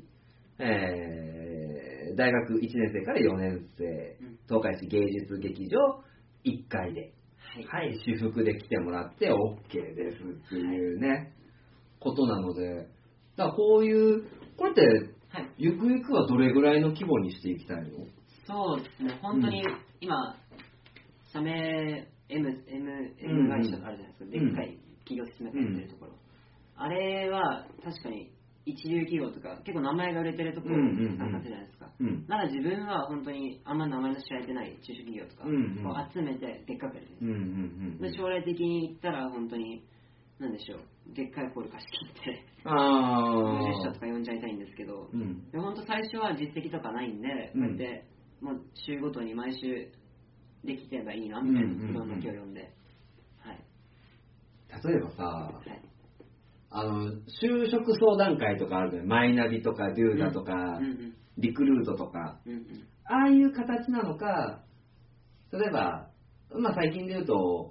大学1年生から4年生、東海市芸術劇場1階で、私服で来てもらって OK ですっていうね、ことなので、だからこういう、これって、ゆくゆくはどれぐらいの規模にしていきたいの？ そうですね、本当に今、社名 M 会社があるじゃないですか、でっかい企業説明会やってるところ。あれは確かに一流企業とか結構名前が売れてるところを参加するじゃないですか。なら自分は本当にあんま名前の知られてない中小企業とかを集めてでっかくやるんです。で将来的に言ったら本当に何でしょう、でっかいホール貸し切って50社とか呼んじゃいたいんですけど、で本当最初は実績とかないんで、こうやってもう週ごとに毎週できてればいいなみたいな、いろんな企業呼んで。 例えばさ、就職相談会とかあるじゃん。マイナビとかデューダとか、リクルートとか、ああいう形なのか、例えば、最近で言うと、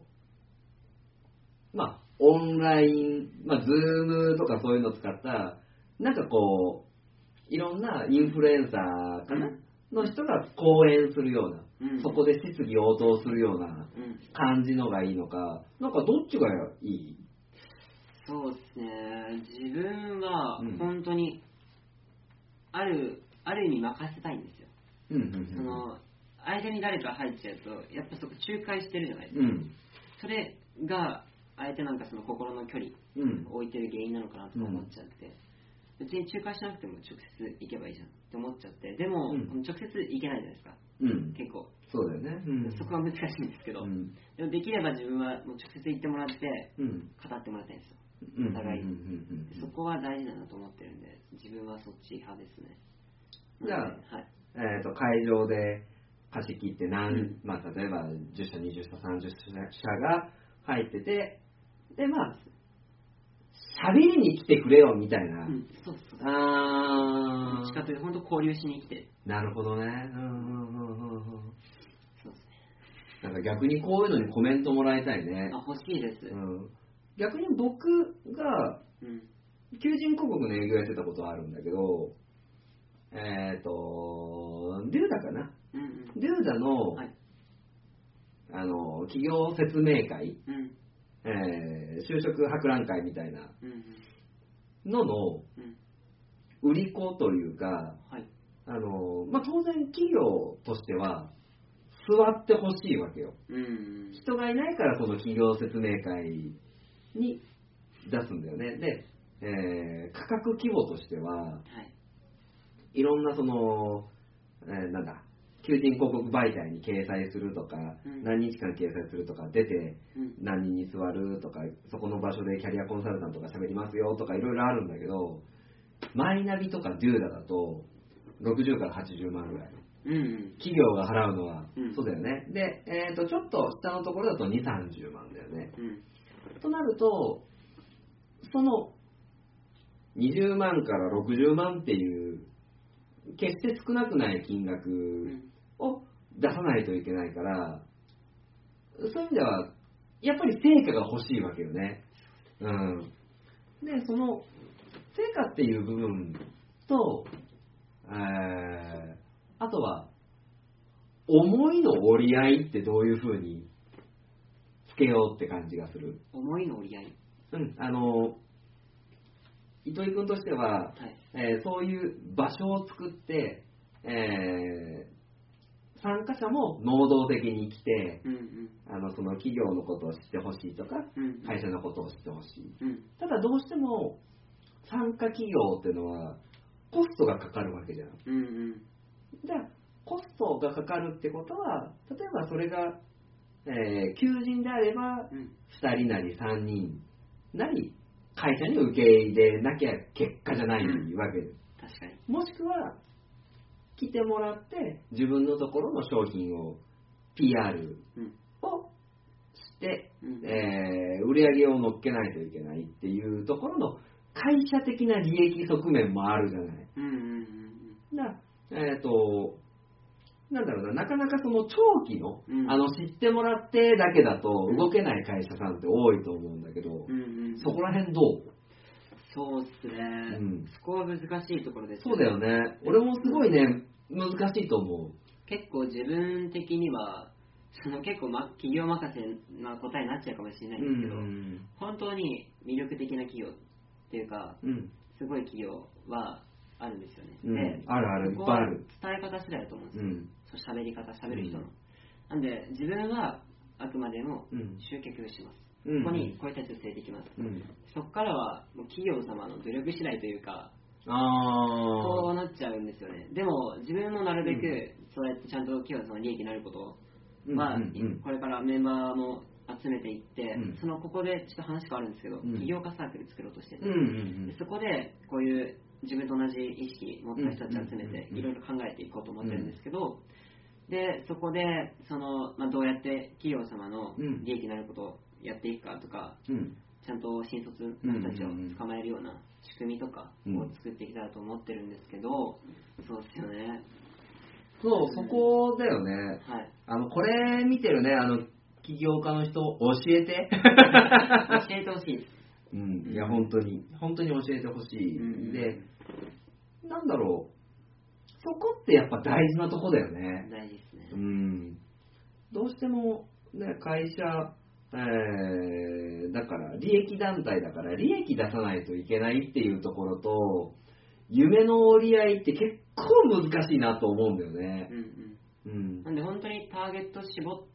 オンライン、ズームとかそういうのを使った、なんかこう、いろんなインフルエンサーかな、の人が講演するような、そこで質疑応答するような感じのがいいのか、なんかどっちがいい？ そうですね、自分は本当にある意味任せたいんですよ。その間に誰か入っちゃうとやっぱそこ仲介してるじゃないですか。それが相手なんかその心の距離を置いてる原因なのかなとか思っちゃって、別に仲介しなくても直接行けばいいじゃんって思っちゃって、でも、直接行けないじゃないですか。結構そうだよね。 そこは難しいんですけど、でもできれば自分はもう直接行ってもらって語ってもらいたいんですよ。お互いそこは大事だなと思ってるんで、自分はそっち派ですね。 じゃあ、会場で貸し切って例えば10社20社30社が入ってて、で喋りに来てくれよみたいな。 そうそう。どっちかというと本当交流しに来て。 なるほどね。 そうですね。 なんか逆にこういうのにコメントもらいたいね。 欲しいです。 逆に僕が、求人広告の営業やってたことはあるんだけど、デューダかな、デューダの、はい、企業説明会、就職博覧会みたいなのの売り子というか、はい、当然企業としては座ってほしいわけよ、人がいないからその企業説明会に出すんだよね。で、価格規模としては、はい、いろんなその、求人広告媒体に掲載するとか、何日間掲載するとか、出て何人に座るとか、そこの場所でキャリアコンサルタントが喋りますよとかいろいろあるんだけど、マイナビとかデューダだと60から80万ぐらい、企業が払うのは、そうだよね。で、ちょっと下のところだと2、30万だよね、となると、その20万から60万っていう決して少なくない金額を出さないといけないから、そういう意味ではやっぱり成果が欲しいわけよね。で、その成果っていう部分と、あとは思いの折り合いってどういう風につけようって感じがする。 思いの折り合い。 糸井君としては、そういう場所を作って、参加者も能動的に来て、その企業のことを知ってほしいとか、会社のことを知ってほしい、ただどうしても参加企業っていうのはコストがかかるわけじゃん、じゃあコストがかかるってことは、例えばそれが、求人であれば2人なり3人なり会社に受け入れなきゃ結果じゃないわけです、 確かに。 もしくは来てもらって自分のところの商品を PR をして、売り上げを乗っけないといけないっていうところの会社的な利益側面もあるじゃない。なんだろうな、なかなかその長期の、知ってもらってだけだと動けない会社さんって多いと思うんだけど、そこら辺どう？ そうっすね、そこは難しいところですよね。そうだよね。俺もすごいね、難しいと思う。 結構自分的には結構企業任せな答えになっちゃうかもしれないんですけど、本当に魅力的な企業っていうか、すごい企業はあるんですよね。 あるある、いっぱいある。 伝え方次第だと思うんですよ。喋り方、喋る人の。なんで自分はあくまでも集客します。ここにこういう人たちを連れてきます。そこからはもう企業様の努力次第というか、そうなっちゃうんですよね。でも自分もなるべくそうやってちゃんと企業様の利益になることは、これからメンバーも集めていって、ここでちょっと話変わるんですけど、起業家サークル作ろうとしてて、そこでこういう自分と同じ意識持った人たちを集めていろいろ考えていこうと思ってるんですけど、でそこでどうやって企業様の利益になることをやっていくかとか、ちゃんと新卒の人たちを捕まえるような仕組みとかを作っていきたいと思ってるんですけど、そうですよね。 そこだよね。これ見てるね、起業家の人、教えて教えてほしいです。 いや本当に教えてほしい、で、なんだろう、そこってやっぱ大事なとこだよね。 大事ですね。 どうしても、ね、会社、だから利益団体だから利益出さないといけないっていうところと、夢の折り合いって結構難しいなと思うんだよね。 なんで本当にターゲット絞って、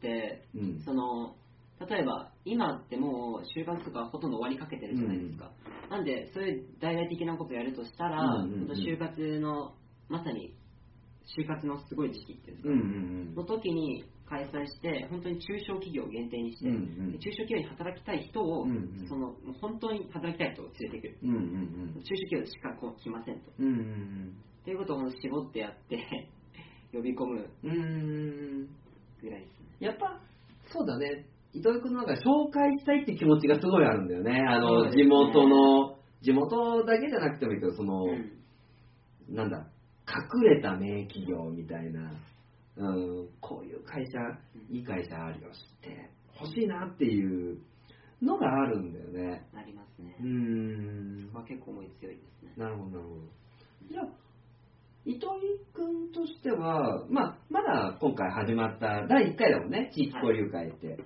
例えば今ってもう就活とかほとんど終わりかけてるじゃないですか。なんでそういう大々的なことをやるとしたら、就活のまさに就活のすごい時期っていうんですか、の時に開催して、本当に中小企業を限定にして、中小企業に働きたい人を、本当に働きたい人を連れてくる、中小企業しか来ませんと、っていうことを絞ってやって呼び込むぐらいですね。 やっぱそうだね、糸井君の中で紹介したいって気持ちがすごいあるんだよね。地元だけじゃなくてもいいけど、なんだ、隠れた名企業みたいな、 こういう会社、いい会社あるよ、知ってほしいなっていうのがあるんだよね。 ありますね。そこは結構思い強いですね。 なるほどなるほど。じゃあ糸井君としては、まだ今回始まった第1回だもんね、地域交流会って。はい、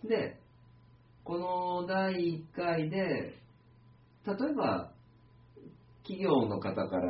で、この第1回で、例えば、企業の方から、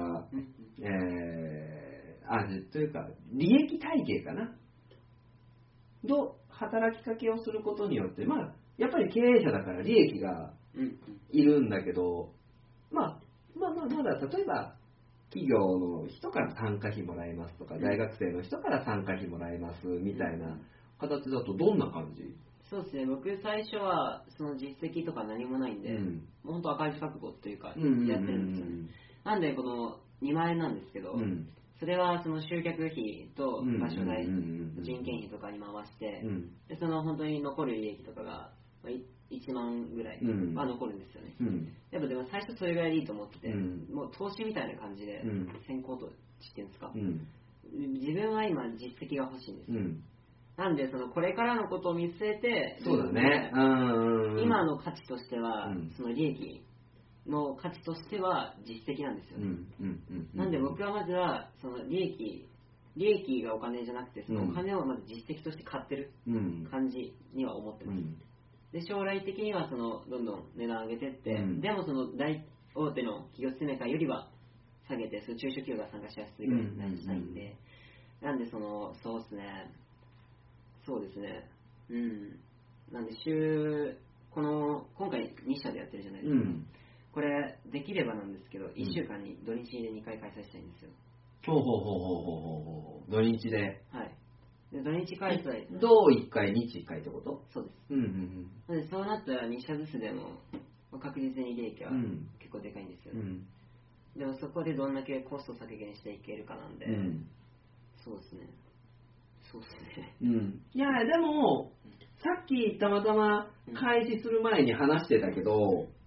というか、利益体系かなの働きかけをすることによって、やっぱり経営者だから利益がいるんだけど、まだ例えば、企業の人から参加費もらえますとか、大学生の人から参加費もらえますみたいな形だとどんな感じ？ そうですね、僕最初はその実績とか何もないんで、もう本当赤字覚悟というかやってるんですよね。なんでこの2万円なんですけど、それはその集客費と場所代、人件費とかに回して、でその本当に残る利益とかが1万ぐらいは残るんですよね。やっぱでも最初それぐらいでいいと思ってて、もう投資みたいな感じで先行投資っていうんですか、自分は今実績が欲しいんですよ。なんでそのこれからのことを見据えて、 そうだね。 今の価値としては、その利益の価値としては実績なんですよね。なんで僕はまずはその利益がお金じゃなくて、そのお金をまず実績として買ってる感じには思ってます。で将来的にはそのどんどん値段上げてって、でもその大大手の企業説明会よりは下げて、その中小企業が参加しやすいぐらいにしたいんで、なんでそうですね。そうですね。なんで今回2社でやってるじゃないですか。これできればなんですけど、1週間に土日で2回開催したいんですよ。 土日で。 はい。で土日開催。 土1回、日1回ってこと？ そうです。なのでそうなったら2社ずつでも確実に利益は結構でかいんですよね。でもそこでどんだけコスト削減していけるかなんで、そうですね。 いやでもさっきたまたま開始する前に話してたけど、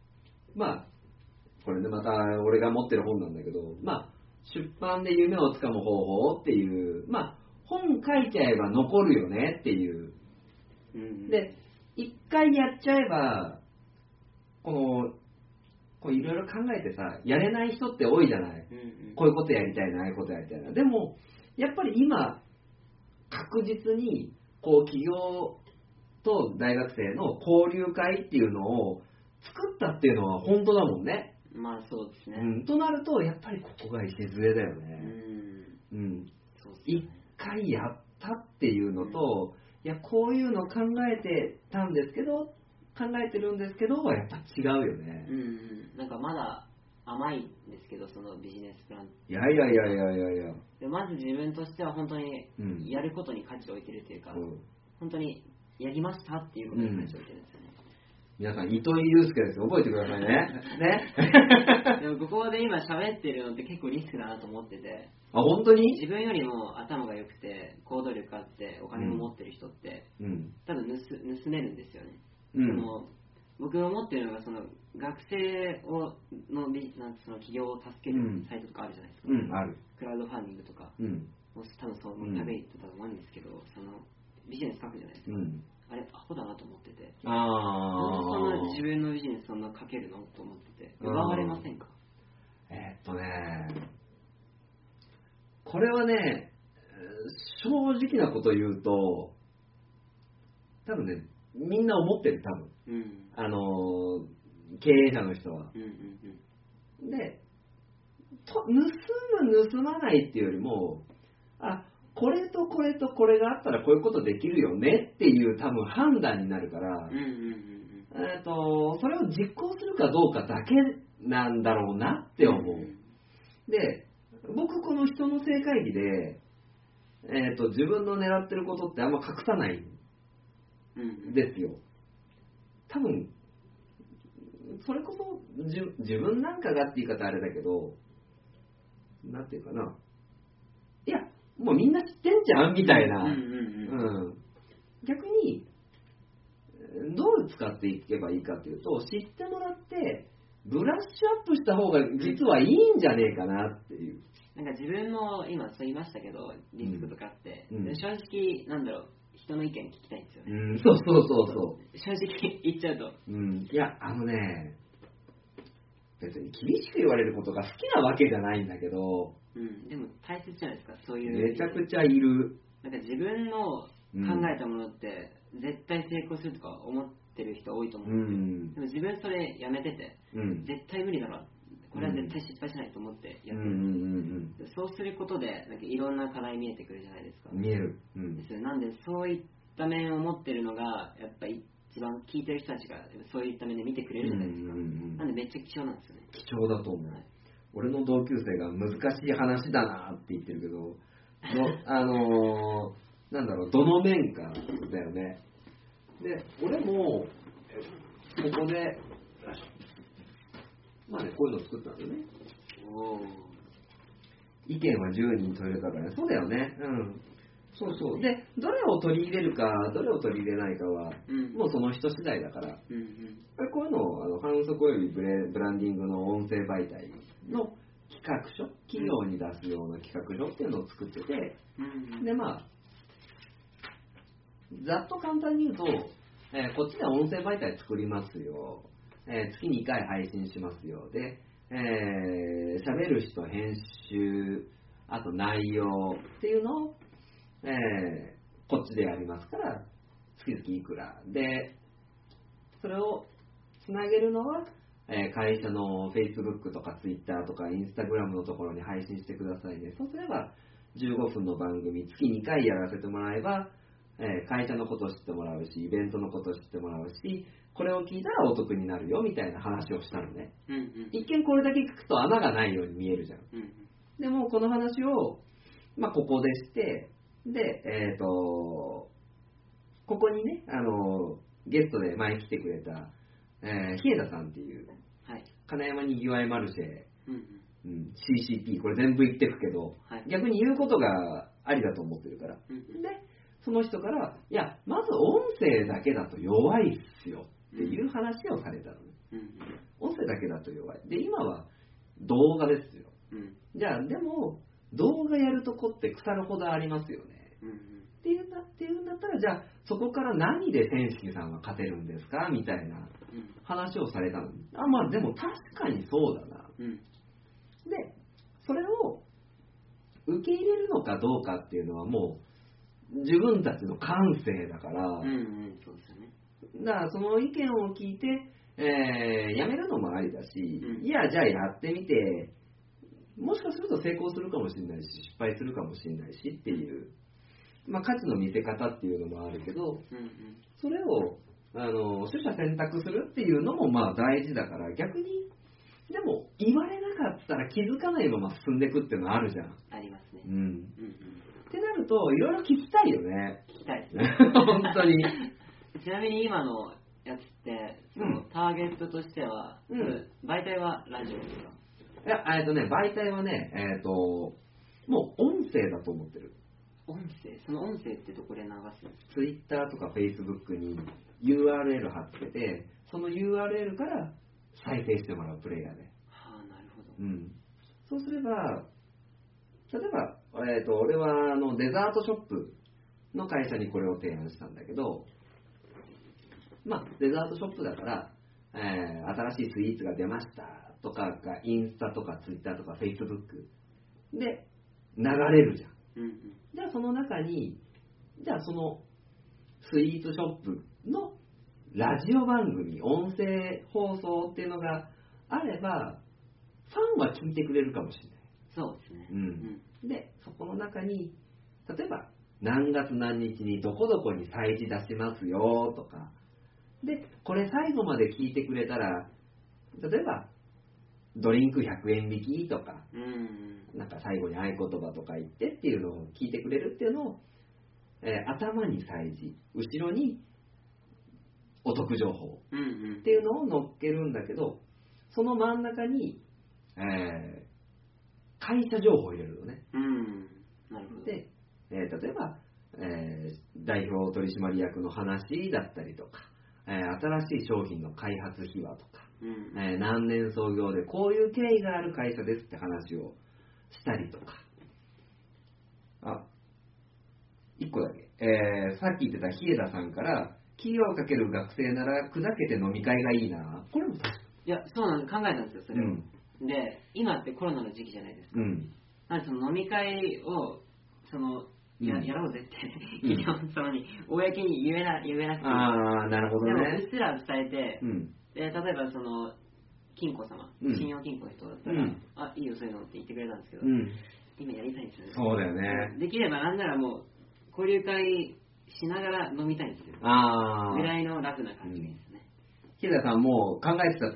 これねまた俺が持ってる本なんだけど、出版で夢をつかむ方法っていう、本書いちゃえば残るよねっていう、で一回やっちゃえばこういろいろ考えてさ、やれない人って多いじゃない、こういうことやりたいな、ああいうことやりたいな。でもやっぱり今確実に企業と大学生の交流会っていうのを作ったっていうのは本当だもんね。 そうですね。 となるとやっぱりここが礎だよね。一回やったっていうのと、いやこういうの考えてたんですけど、考えてるんですけどはやっぱ違うよね。 なんかまだ甘いんですけど、そのビジネスプラン。 いやでまず自分としては本当にやることに価値を置いてるというか、本当にやりましたっていうことに価値を置いてるんですよね。 皆さん、糸井祐介です。覚えてくださいね。 でもここで今喋ってるのって結構リスクだなと思ってて。 本当に？ 自分よりも頭が良くて行動力あってお金も持ってる人って、多分盗めるんですよね。僕が思ってるのが、その学生の企業を助けるサイトとかあるじゃないですか。 ある。 クラウドファンディングとか、多分そう食べ行ってたと思うんですけど、そのビジネス書くじゃないですか。あれアホだなと思ってて、なんでそんな自分のビジネスそんな書けるのと思ってて、奪われませんか？ これはね、正直なこと言うと、多分ね、みんな思ってる、多分。経営者の人は。で、盗まないっていうよりも、これとこれとこれがあったらこういうことできるよねっていう多分判断になるから、それを実行するかどうかだけなんだろうなって思う。で、僕この人の正会議で、自分の狙ってることってあんま隠さないんですよ。多分それこそ自分なんかがって言い方あれだけど、なんていうかな、いやもうみんな知ってんじゃんみたいな、逆にどう使っていけばいいかというと、知ってもらってブラッシュアップした方が実はいいんじゃねえかなっていう。 なんか自分も今そう言いましたけど、リスクとかあって、正直、なんだろう、人の意見聞きたいんですよね。 そう。 正直言っちゃうと。 いや、別に厳しく言われることが好きなわけじゃないんだけど、 でも大切じゃないですか、そういう。 めちゃくちゃいる。 なんか自分の考えたものって絶対成功するとか思ってる人多いと思うんですよ。でも自分それやめてて、絶対無理だろ。これは絶対失敗しないと思ってやってるんです。そうすることでなんかいろんな課題見えてくるじゃないですか。 見える。 なんでそういった面を持ってるのがやっぱり一番聞いてる人たちがそういった面で見てくれるじゃないですか。なんでめっちゃ貴重なんですよね。 貴重だと思う。俺の同級生が難しい話だなって言ってるけど、なんだろう、どの面かだよね。で、俺もここでこういうの作ったんだよね。意見は10人取れたからね。そうだよね。そう。で、どれを取り入れるか、どれを取り入れないかは、もうその人次第だから。こういうのを反則およびブランディングの音声媒体の企画書、企業に出すような企画書っていうのを作ってて、で、ざっと簡単に言うと、こっちで音声媒体作りますよ。月に2回配信しますよ。で、喋る人、編集、あと内容っていうのを、こっちでやりますから、月々いくら。で、それをつなげるのは、会社の Facebook とか Twitter とか Instagram のところに配信してくださいね。そうすれば、15分の番組、月2回やらせてもらえば、会社のことを知ってもらうし、イベントのことを知ってもらうし、これを聞いたらお得になるよみたいな話をしたのね。一見これだけ聞くと穴がないように見えるじゃん。でもこの話を、ここでして、で、ここにね、ゲストで前来てくれた、日枝さんっていう、金山にぎわいマルシェ、CCP、これ全部言ってくけど、逆に言うことがありだと思ってるから。で、その人から、いや、まず音声だけだと弱いっすよっていう話をされたのね。音声だけだと弱い。で、今は動画ですよ。じゃあ、でも、動画やるとこって腐るほどありますよね。っていうんだったら、じゃあ、そこから何で千式さんは勝てるんですかみたいな話をされたの。でも確かにそうだな。で、それを受け入れるのかどうかっていうのはもう、自分たちの感性だから、 そうですよね。 だからその意見を聞いて、やめるのもありだし、いや、じゃあやってみて、もしかすると成功するかもしれないし、失敗するかもしれないしっていう、価値の見せ方っていうのもあるけど、それを、取捨選択するっていうのも大事だから、逆に、でも言われなかったら気づかないまま進んでいくっていうのはあるじゃん。 ありますね。 ってなると、いろいろ聞きたいよね。 聞きたいですね。本当に。 ちなみに今のやつって、ターゲットとしては、媒体はラジオですか？ いや、媒体はね、もう音声だと思ってる。 音声？その音声ってどこで流すの？ Twitter とか Facebook に URL 貼ってて、その URL から再生してもらうプレイヤーで。 なるほど。 そうすれば、例えば、俺はデザートショップの会社にこれを提案したんだけど、デザートショップだから、新しいスイーツが出ましたとかがインスタとかツイッターとかフェイスブックで流れるじゃん。じゃあその中に、じゃあそのスイーツショップのラジオ番組、音声放送っていうのがあれば、ファンは聞いてくれるかもしれない。 そうですね。 で、そこの中に、例えば何月何日にどこどこに催事出しますよとか、で、これ最後まで聞いてくれたら、例えば、ドリンク100円引きとか、なんか最後に合言葉とか言ってっていうのを聞いてくれるっていうのを、頭に催事、後ろにお得情報っていうのを乗っけるんだけど、その真ん中に、会社情報を入れるのね。 なるほど。 で、例えば、代表取締役の話だったりとか、新しい商品の開発秘話とか、何年創業でこういう経緯がある会社ですって話をしたりとか。一個だけ。さっき言ってた日枝さんから、企業をかける学生なら砕けて飲み会がいいな。これも確かに。 いや、そうなんです。考えたんですよ、それを。で、今ってコロナの時期じゃないですか。なのでその飲み会を、やろうぜって企業様に公に言えなくて。 なるほどね。 でもうっすら伝えて、で例えば金庫様、信用金庫の人だったら、いいよそういうのって言ってくれたんですけど、今やりたいんですよね。 そうだよね。 できればなんならもう交流会しながら飲みたいんですよ。ぐらいの楽な感じですね。 日田さんもう考えてたって。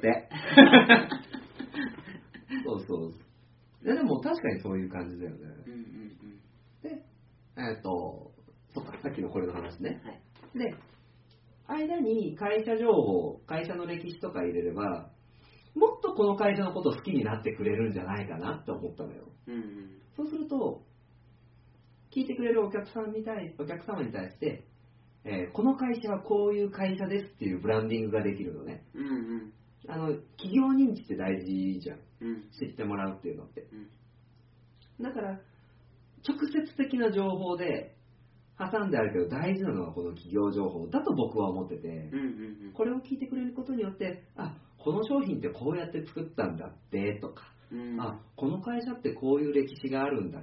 そう。でも確かにそういう感じだよね。で、そっか、さっきのこれの話ね。で、間に会社情報、会社の歴史とか入れれば、もっとこの会社のことを好きになってくれるんじゃないかなって思ったのよ。そうすると、聞いてくれるお客様に対して、この会社はこういう会社ですっていうブランディングができるのね。企業認知って大事じゃん。知ってもらうっていうのって。だから、直接的な情報で挟んであるけど大事なのはこの企業情報だと僕は思ってて、これを聞いてくれることによって、この商品ってこうやって作ったんだってとか、この会社ってこういう歴史があるんだって、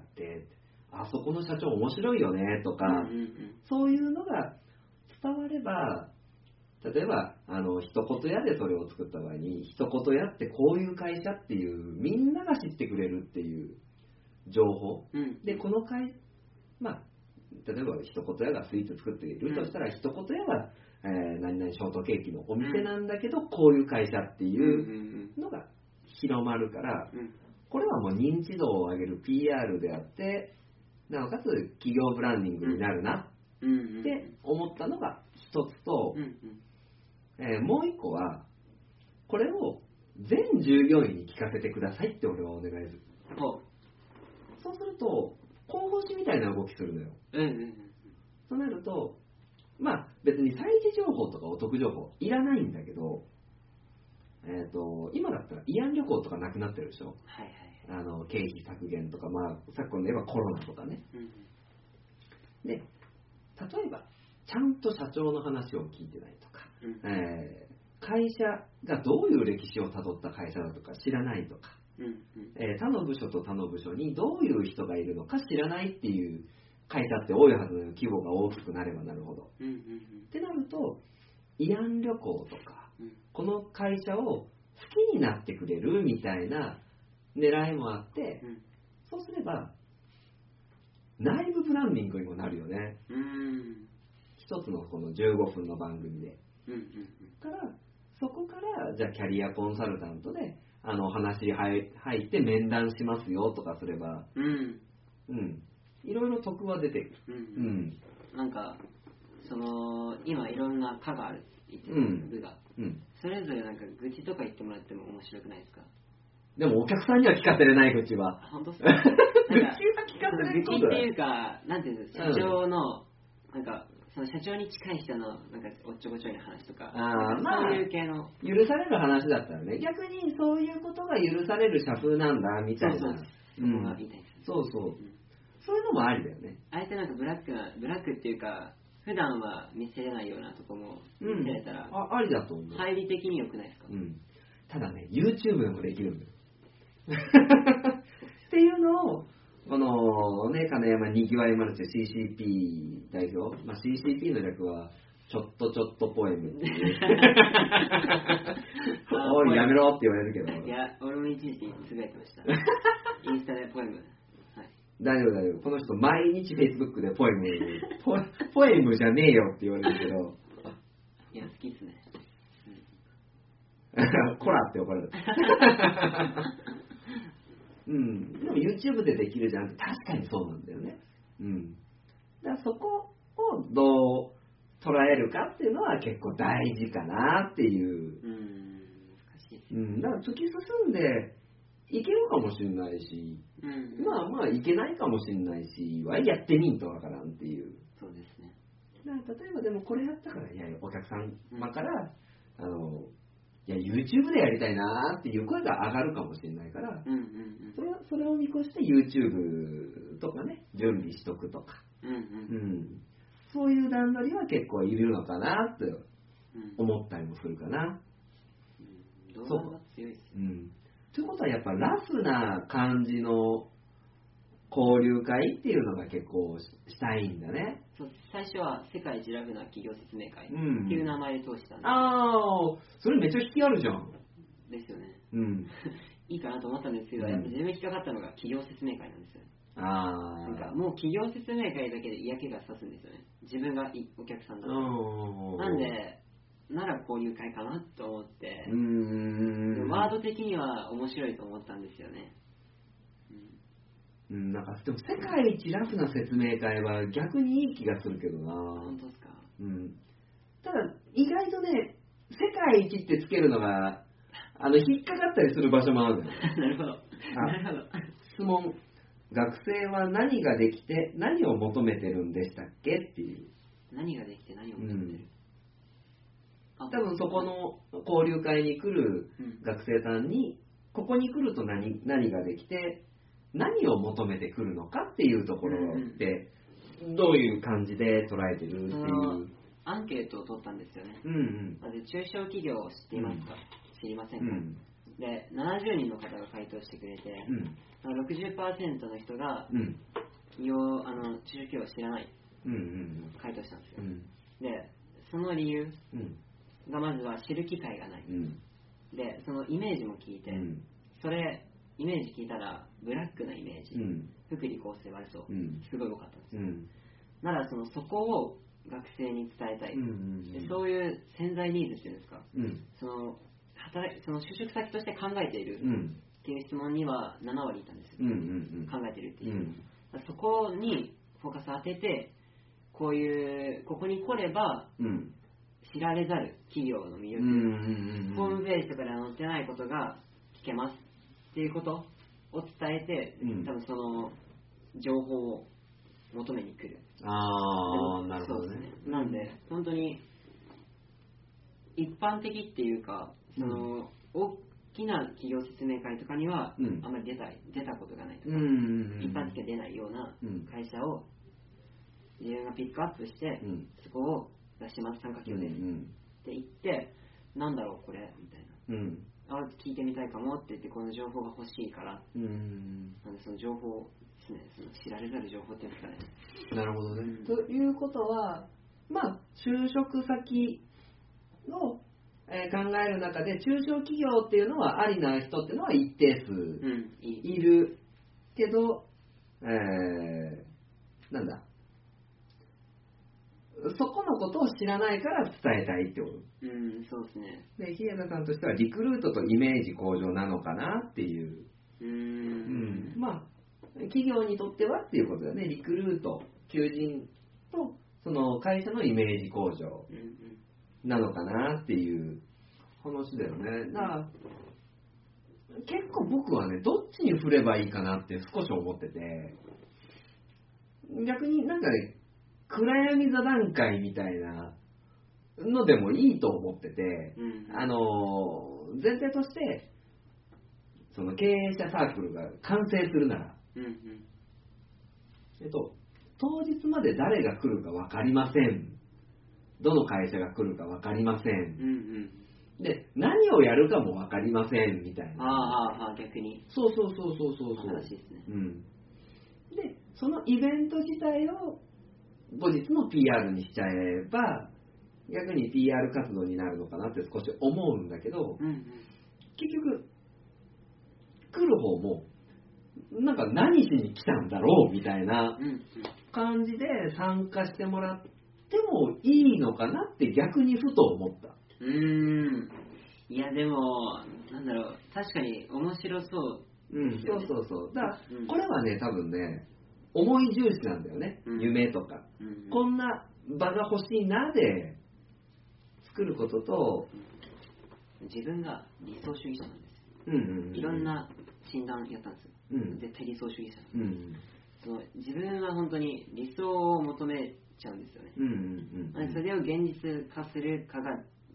そこの社長面白いよねとか、そういうのが伝われば、例えば一言屋でそれを作った場合に、一言屋ってこういう会社っていうみんなが知ってくれるっていう情報、でこの例えば一言屋がスイーツ作っているとしたら、一言屋は、何々ショートケーキのお店なんだけど、こういう会社っていうのが広まるから、これはもう認知度を上げる PR であって、なおかつ企業ブランディングになるなって思ったのが一つと、もう一個はこれを全従業員に聞かせてくださいって俺はお願いする。そうすると広報誌みたいな動きするのよ。そうなると別に催事情報とかお得情報いらないんだけど、今だったら慰安旅行とかなくなってるでしょ。経費削減とか、昨今で言えばコロナとかね。で、例えばちゃんと社長の話を聞いてないとか、会社がどういう歴史をたどった会社だとか知らないとか、他の部署と他の部署にどういう人がいるのか知らないっていう会社って多いはずの規模が大きくなればなるほど。ってなると、慰安旅行とか、この会社を好きになってくれるみたいな狙いもあって、そうすれば内部ブランディングにもなるよね。一つのこの15分の番組で。からそこからじゃあキャリアコンサルタントで話入って面談しますよとかすれば、いろいろ得は出てくる。 なんか今いろんな課があるって言ってる部が、それぞれなんか愚痴とか言ってもらっても面白くないですか？ でもお客さんには聞かせれない愚痴は。 本当ですか？愚痴は聞かせれない。 愚痴っていうか、なんていうんですか、社長のなんかその社長に近い人のなんかおっちょこちょいな話とか、そういう系の許される話だったらね、逆にそういうことが許される社風なんだみたいな。そういうのもありだよね。 あえてなんかブラックっていうか、普段は見せれないようなとこも見せれたら、 ありだと思う。 入り的に良くないですか？ ただね、YouTube でもできるんだよ。っていうのをこのね、金山にぎわいマルチ CCP 代表、CCP の略はちょっとポエムっていうおいやめろって言われるけど、 いや俺も一時期つぶやいてましたインスタでポエム、 大丈夫この人毎日 Facebook でポエムじゃねえよって言われるけど、 いや好きっすね、 コラって呼ばれるでも YouTube でできるじゃんって確かにそうなんだよね。だからそこをどう捉えるかっていうのは結構大事かなっていう。 難しい。 だから突き進んでいけるかもしれないし、いけないかもしれないし、やってみんとわからんっていう。 そうですね。 だから例えばでもこれやったからお客様からいや YouTube でやりたいなっていう声が上がるかもしれないから、それを見越して YouTube とかね準備しとくとか、そういう段取りは結構いるのかなって思ったりもするかな。 動画が強いです。 ということはやっぱラフな感じの交流会っていうのが結構したいんだね。 そう、最初は世界一ラフな企業説明会っていう名前で通したんです。 それめっちゃ引きあるじゃん。 ですよね。いいかなと思ったんですけど、やっぱ自分引っかかったのが企業説明会なんですよ。なんかもう企業説明会だけで嫌気がさすんですよね。自分がお客さんだと。なんでなら交流会かなと思って、ワード的には面白いと思ったんですよね。 なんかでも世界一ラフな説明会は逆にいい気がするけどな。 本当ですか？ ただ意外とね、世界一ってつけるのが引っかかったりする場所もあるんだよ。 なるほど。 質問。学生は何ができて何を求めてるんでしたっけっていう。 何ができて何を求めてる？ 多分そこの交流会に来る学生さんに、ここに来ると何ができて何を求めてくるのかっていうところってどういう感じで捉えてるっていう。 アンケートを取ったんですよね。まず中小企業を知っていますか？知りませんか？で、70人の方が回答してくれて、60% の人が、中小企業を知らない、回答したんですよ。で、その理由がまずは知る機会がない。で、そのイメージも聞いて、それ、イメージ聞いたら、ブラックなイメージ、福利厚生悪そう、すごい多かったんですよ。なら、そこを学生に伝えたい。でそういう潜在ニーズっていうんですか、その就職先として考えているっていう質問には7割いたんですよ。考えてるっていう。そこにフォーカス当てて、ここに来れば、知られざる企業の魅力、ホームページとかでは載ってないことが聞けますっていうことを伝えて、多分その情報を求めに来る。 なるほどね。 なんで本当に一般的っていうか、大きな企業説明会とかにはあまり出たことがないとか、一般的に出ないような会社を自分がピックアップして、そこを出します、参加企業ですって言って、なんだろうこれみたいな、聞いてみたいかもって言って、この情報が欲しいから、なんでその情報ですね、その知られざる情報っていうんですかね。 なるほどね。ということは、就職先の、考える中で中小企業っていうのはありな人っていうのは一定数いるけど、なんだ、そこのことを知らないから伝えたいってこと。 そうですね。 で、日枝さんとしてはリクルートとイメージ向上なのかなっていう。企業にとってはっていうことだね。リクルート、求人とその会社のイメージ向上なのかなっていう話だよね。だから結構僕はね、どっちに振ればいいかなって少し思ってて、逆になんかね、暗闇座談会みたいなのでもいいと思ってて、前提としてその経営者サークルが完成するなら、当日まで誰が来るか分かりません。どの会社が来るか分かりません。で、何をやるかも分かりませんみたいな。 逆に。 そう。 話ですね。 で、そのイベント自体を後日の PR にしちゃえば、逆に PR 活動になるのかなって少し思うんだけど、結局来る方もなんか何しに来たんだろうみたいな感じで参加してもらってもいいのかなって逆にふと思った。 いやでもなんだろう、確かに面白そうですよね。 だからこれはね、多分ね、思い重視なんだよね。夢とか、こんな場が欲しいなで作ることと、 自分が理想主義者なんですよ。いろんな診断やったんですよ。絶対理想主義者なんです。その自分は本当に理想を求めちゃうんですよね。それを現実化するかが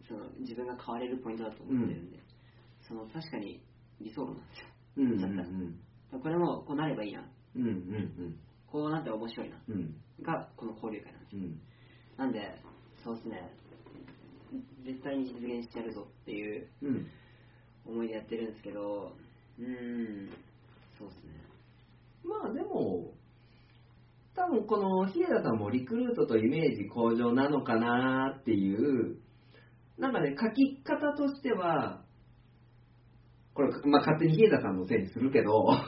その自分が変われるポイントだと思ってるんで、その確かに理想論なんですよ。これもこうなればいいな、こうなって面白いな、がこの交流会なんですよ。なんでそうですね、絶対に実現してやるぞっていう思いでやってるんですけど、そうですね。 まあでも多分この日枝さんもリクルートとイメージ向上なのかなっていう、なんかね、書き方としては、これ、まあ、勝手に日枝さんのせいにするけど、はい、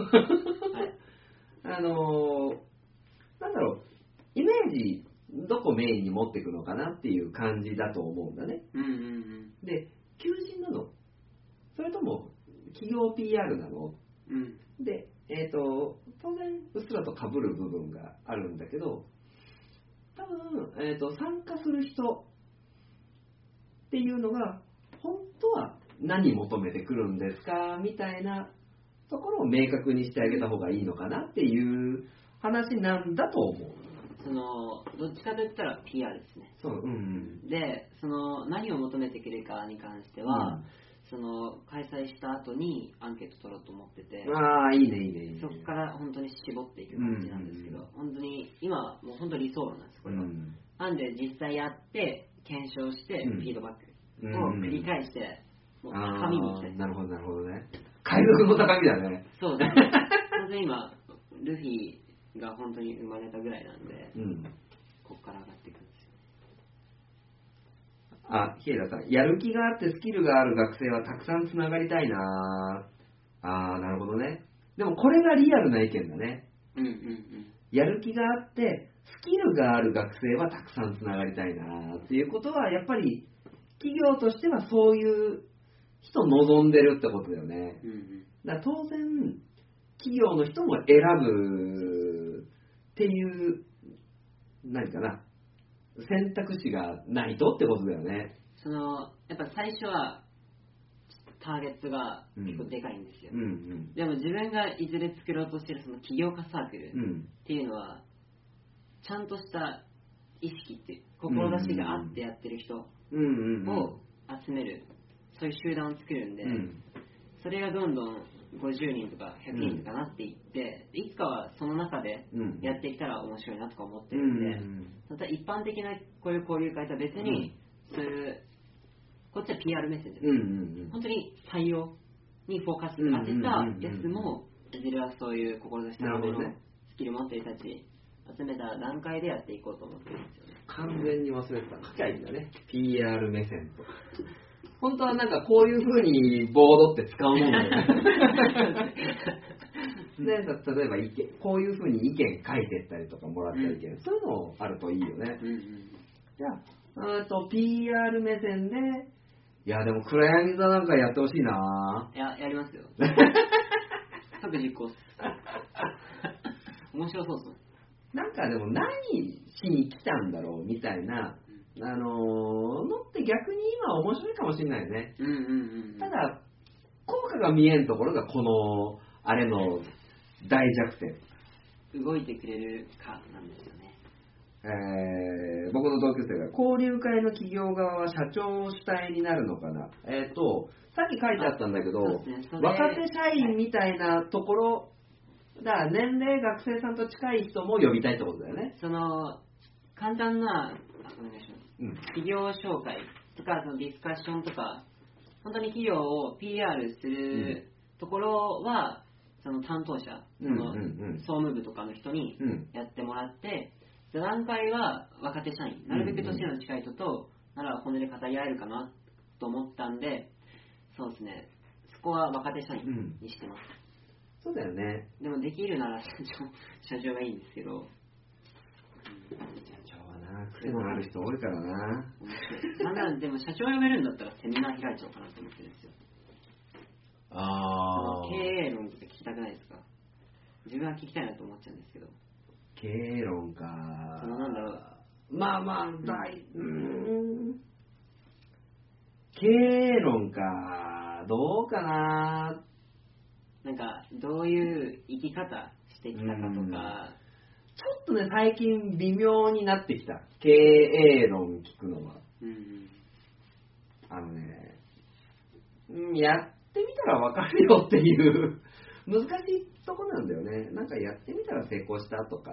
なんだろう、イメージどこメインに持っていくのかなっていう感じだと思うんだね。で、求人なの？それとも企業 PR なの？で、当然うっすらと被る部分があるんだけど、多分、参加する人っていうのが本当は何求めてくるんですかみたいなところを明確にしてあげた方がいいのかなっていう話なんだと思う。 そのどっちかといったら PR ですね。そう、で、その何を求めてくるかに関しては、その開催した後にアンケート取ろうと思ってて、 いいね。 そこから本当に絞っていく感じなんですけど、本当に今もう本当に理想論なんですこれは。なんで実際やって検証してフィードバックを繰り返して、もう高みに行きたい。 なるほどね。海賊の高みだね。 そうですね。本当に今ルフィが本当に生まれたぐらいなんで、ここから上がっていくんですよ。 日枝さん、やる気があってスキルがある学生はたくさんつながりたいな。なるほどね。でもこれがリアルな意見だね。やる気があってスキルがある学生はたくさんつながりたいなっていうことは、やっぱり企業としてはそういう人望んでるってことだよね。だから当然企業の人も選ぶっていう何かな、選択肢がないとってことだよね。 そのやっぱ最初はターゲットが結構でかいんですよ。でも自分がいずれ作ろうとしているその起業家サークルっていうのは、ちゃんとした意識っていう志があってやってる人を集める、そういう集団を作るんで、それがどんどん50人とか100人とかなっていって、いつかはその中でやってきたら面白いなとか思ってるんで、また一般的なこういう交流会とは別に、そういうこっちは PR 目線で、本当に採用にフォーカス当てたやつも、いずれはそういう志しためのスキル持ってる人たち集めた段階でやっていこうと思ってるんですよね。 完全に忘れてた。書きゃいいんだね。PR 目線と。本当はなんかこういう風にボードって使うもんだよね。例えばこういう風に意見書いてったりとかもらった意見、そういうのあるといいよね。じゃあPR 目線で、いやでも暗闇座なんかやってほしいな。 やりますよ。即実行っす。面白そうっすね。 なんかでも何しに来たんだろうみたいなのって逆に今面白いかもしれないよね。ただ効果が見えんところがこのあれの大弱点。 動いてくれるかなんですよね。 僕の同級生が交流会の企業側は社長主体になるのかな。さっき書いてあったんだけど、若手社員みたいなところだから年齢学生さんと近い人も呼びたいってことだよね。 その簡単なお願いします、企業紹介とかそのディスカッションとか、本当に企業を PR するところは、その担当者、その総務部とかの人にやってもらって、座談会は若手社員、なるべく年の近い人となら本音で語り合えるかなと思ったんで、そうですね、そこは若手社員にしてます。 そうだよね。 でもできるなら社長がいいんですけど、 社長はな、癖のある人多いからな。 なんだでも社長辞めるんだったらセミナー開いちゃおうかなと思ってるんですよ。経営論とか聞きたくないですか？自分は聞きたいなと思っちゃうんですけど。 経営論か。 なんだろう。 経営論か。どうかな。 なんかどういう生き方してきたかとか。 ちょっとね、最近微妙になってきた。経営論聞くのは。 やってみたらわかるよっていう難しいとこなんだよね。なんかやってみたら成功したとか、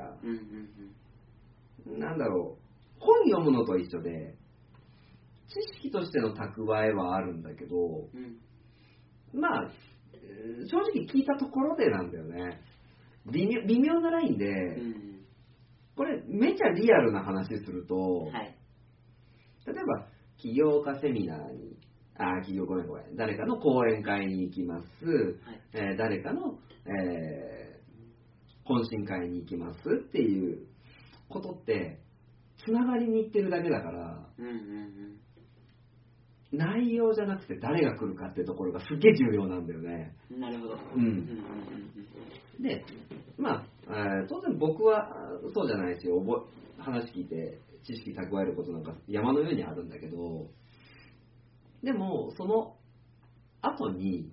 なんだろう、本読むのと一緒で知識としての蓄えはあるんだけど、まあ正直聞いたところでなんだよね。微妙なラインで、これめちゃリアルな話すると、例えば起業家セミナーに誰かの講演会に行きます、誰かの、懇親会に行きますっていうことってつながりに行ってるだけだから、内容じゃなくて誰が来るかってところがすっげえ重要なんだよね。 なるほど。 で、まあ、当然僕はそうじゃないし、話聞いて知識蓄えることなんか山のようにあるんだけど、でもその後に、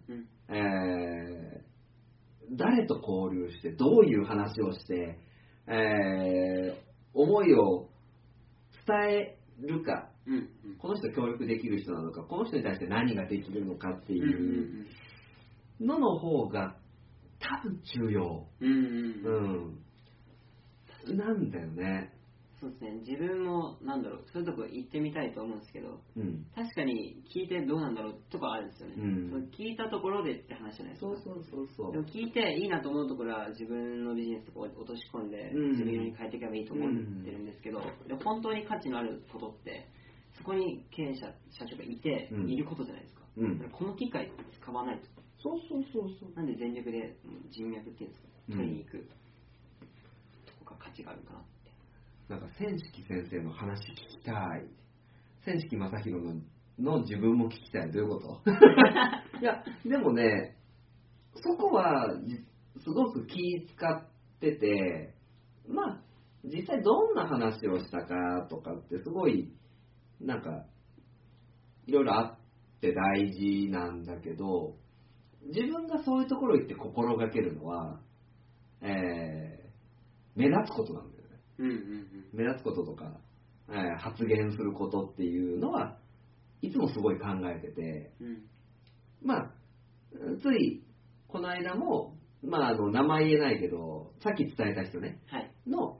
誰と交流してどういう話をして、思いを伝えるか、この人協力できる人なのか、この人に対して何ができるのかっていうのの方が多分重要、なんだよね。 そうですね、自分もそういうとこ行ってみたいと思うんですけど、確かに聞いてどうなんだろうとかあるんですよね、聞いたところでって話じゃないですか。そうでも聞いていいなと思うところは自分のビジネスとか落とし込んで、自分用に変えていけばいいと思ってるんですけど、で本当に価値のあることってそこに経営者社長がいて、いることじゃないですか、この機会使わないと。なんで全力で人脈っていうんですか、取りに行くとこが価値があるかな。 なんか千式先生の話聞きたい。千式正弘の自分も聞きたい。どういうこといや、でもね、そこはすごく気使ってて、まあ実際どんな話をしたかとかってすごいなんかいろいろあって大事なんだけど、自分がそういうところ行って心がけるのは、目立つことなんだよね。目立つこととか、発言することっていうのはいつもすごい考えてて、まあついこの間も、まあ、名前言えないけどさっき伝えた人ね、の、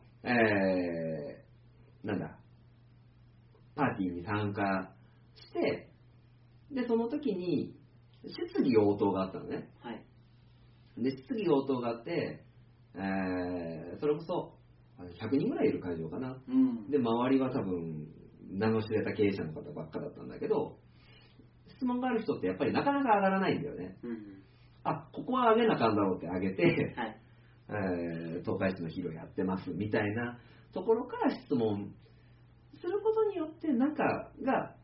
なんだパーティーに参加して、でその時に質疑応答があったのね、で質疑応答があって、それこそ100人ぐらいいる会場かな、で周りは多分名の知れた経営者の方ばっかだったんだけど、質問がある人ってやっぱりなかなか上がらないんだよね、ここは上げなあかんだろうって上げて、東海市のヒーローやってますみたいなところから質問することによって中が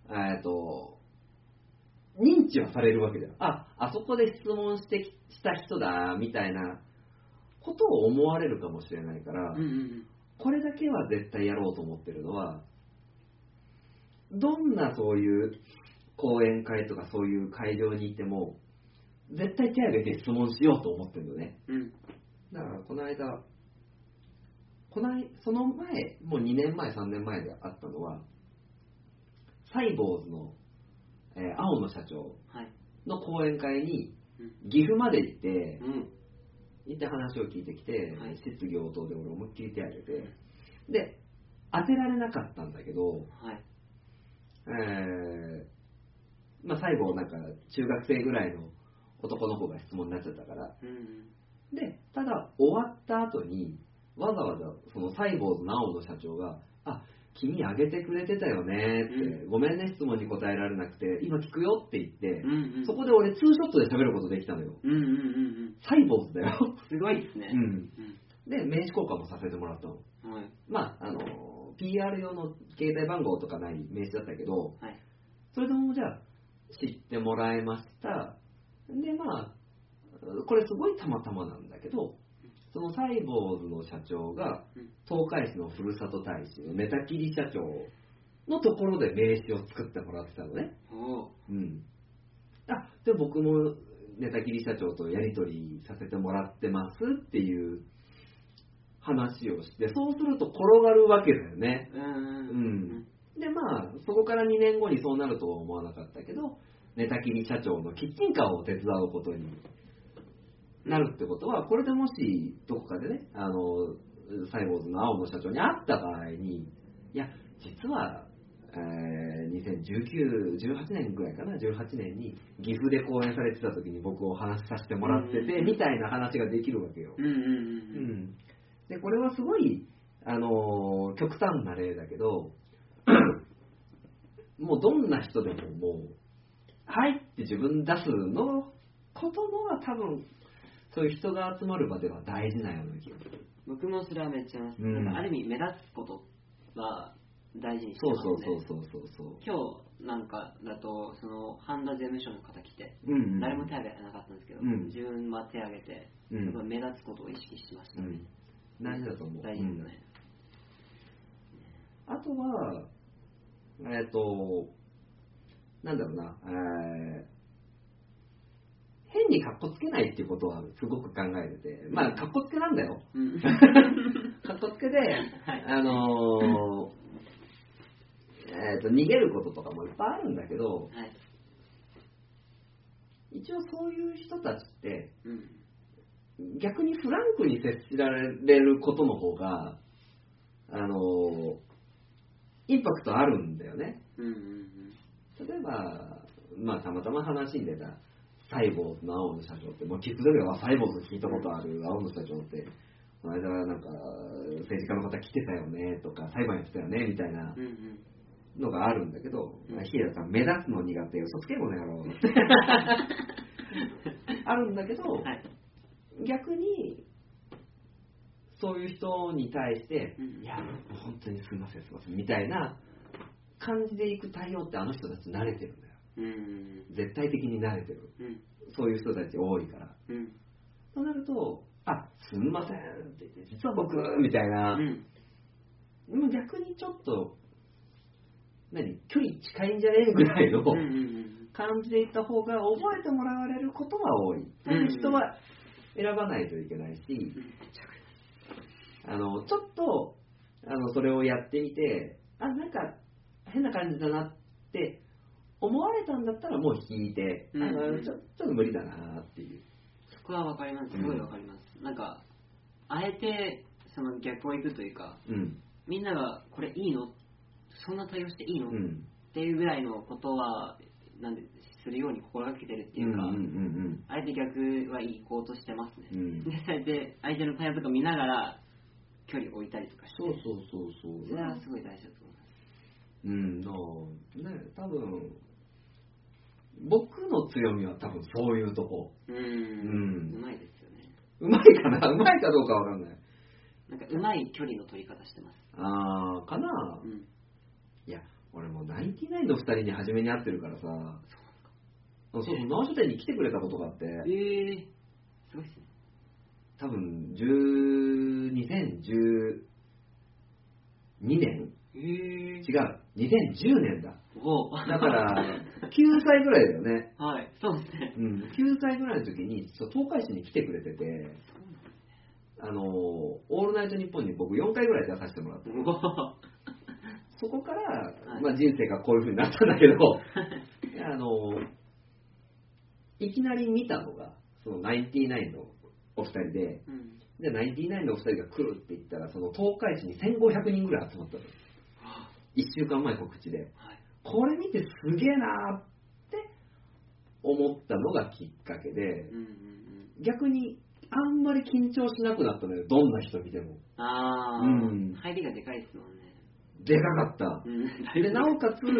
認知はされるわけだよ。あそこで質問した人だみたいなことを思われるかもしれないから、これだけは絶対やろうと思ってるのは、どんなそういう講演会とかそういう会場にいても絶対手挙げて質問しようと思ってるのね、だからこの間その前もう2年前3年前であったのはサイボーズの、青野社長の講演会に岐阜まで行って話を聞いてきて、質疑応答で俺思いっきり手挙げて、で当てられなかったんだけど、まあ、最後なんか中学生ぐらいの男の子が質問になっちゃったから、でただ終わった後にわざわざそのサイボーズの青野社長が君あげてくれてたよねって、ごめんね質問に答えられなくて今聞くよって言って、そこで俺ツーショットで喋ることできたのよ、サイボーズだよすごいですね、 で名刺交換もさせてもらったの、まあPR 用の携帯番号とかない名刺だったけど、それでもじゃあ知ってもらえました。でまあこれすごいたまたまなんだけど、そのサイボーズの社長が東海市のふるさと大使の寝たきり社長のところで名刺を作ってもらってたのね。で僕も寝たきり社長とやり取りさせてもらってますっていう話をして、そうすると転がるわけだよね。 で、まあ、そこから2年後にそうなるとは思わなかったけど、寝たきり社長のキッチンカーを手伝うことになるってことは、これでもしどこかでね、サイボーズの青野社長に会った場合に、いや、実は、18年ぐらいかな、18年に岐阜で講演されてた時に僕を話しさせてもらってて、みたいな話ができるわけよ。で、これはすごい、極端な例だけど、もうどんな人でももう、はいって自分出すのことのは多分、そういう人が集まる場では大事なような気がする。 僕もそれはめっちゃます。なんかある意味目立つことは大事にしてますね。 そう。 今日なんかだとその半田税務署の方来て、誰も手挙げてなかったんですけど、自分は手挙げて、すごい目立つことを意識しましたね。 大事だと思う。 大事ですね。 あとはなんだろうな、変にカッコつけないっていうことはすごく考えてて、まあカッコつけなんだよ。カッコつけで、逃げることとかもいっぱいあるんだけど、一応そういう人たちって、逆にフランクに接しられることの方が、インパクトあるんだよね。例えば、まあたまたま話に出たサイボーズの青野社長って、もうキッズドリはサイボーズ聞いたことある青野社長って、この間なんか政治家の方来てたよねとか裁判やってたよねみたいなのがあるんだけど、日枝さん目立つの苦手、嘘つけこの野郎ってあるんだけど、逆にそういう人に対して、いや本当にすみませんみたいな感じでいく対応ってあの人たち慣れてるんだよ。絶対的に慣れてる、そういう人たち多いから、となると、すみませんって言って、実は僕みたいな、逆にちょっと距離近いんじゃねえぐらいの感じでいった方が覚えてもらわれることは多い。人は選ばないといけないし、ちょっとそれをやってみて、なんか変な感じだなって思われたんだったらもう引いて、ちょっと無理だなっていう。 そこは分かります。すごい分かります。なんかあえてその逆をいくというか、みんながこれいいの、そんな対応していいの、っていうぐらいのことはするように心がけてるっていうか、あえて逆は行こうとしてますね。で、あえて相手の対応とか見ながら距離を置いたりとかして、それはすごい大事だと思います。 多分僕の強みは多分そういうとこ。 うまいですよね。 うまいかな、うまいかどうかわかんない。 なんかうまい距離の取り方してます。 かな。いや、俺もうナインティナインの2人に初めに会ってるからさ。そう、直書店に来てくれたことがあって。 すごいっすね。 多分2012年。違う、2010年だ。だから9歳ぐらいだよね。 そうですね。 9歳ぐらいの時に東海市に来てくれてて、オールナイトニッポンに僕4回ぐらい出させてもらって、そこから、人生がこういう風になったんだけどいきなり見たのがそのナインティナインのお二人で、でナインティナインのお二人が来るって言ったら、その東海市に1500人ぐらい集まったの。1週間前告知で、これ見てすげえなって思ったのがきっかけで、逆にあんまり緊張しなくなったのよ、どんな人見ても。 入りがでかいですもんね。 でかかった。でなおかつ、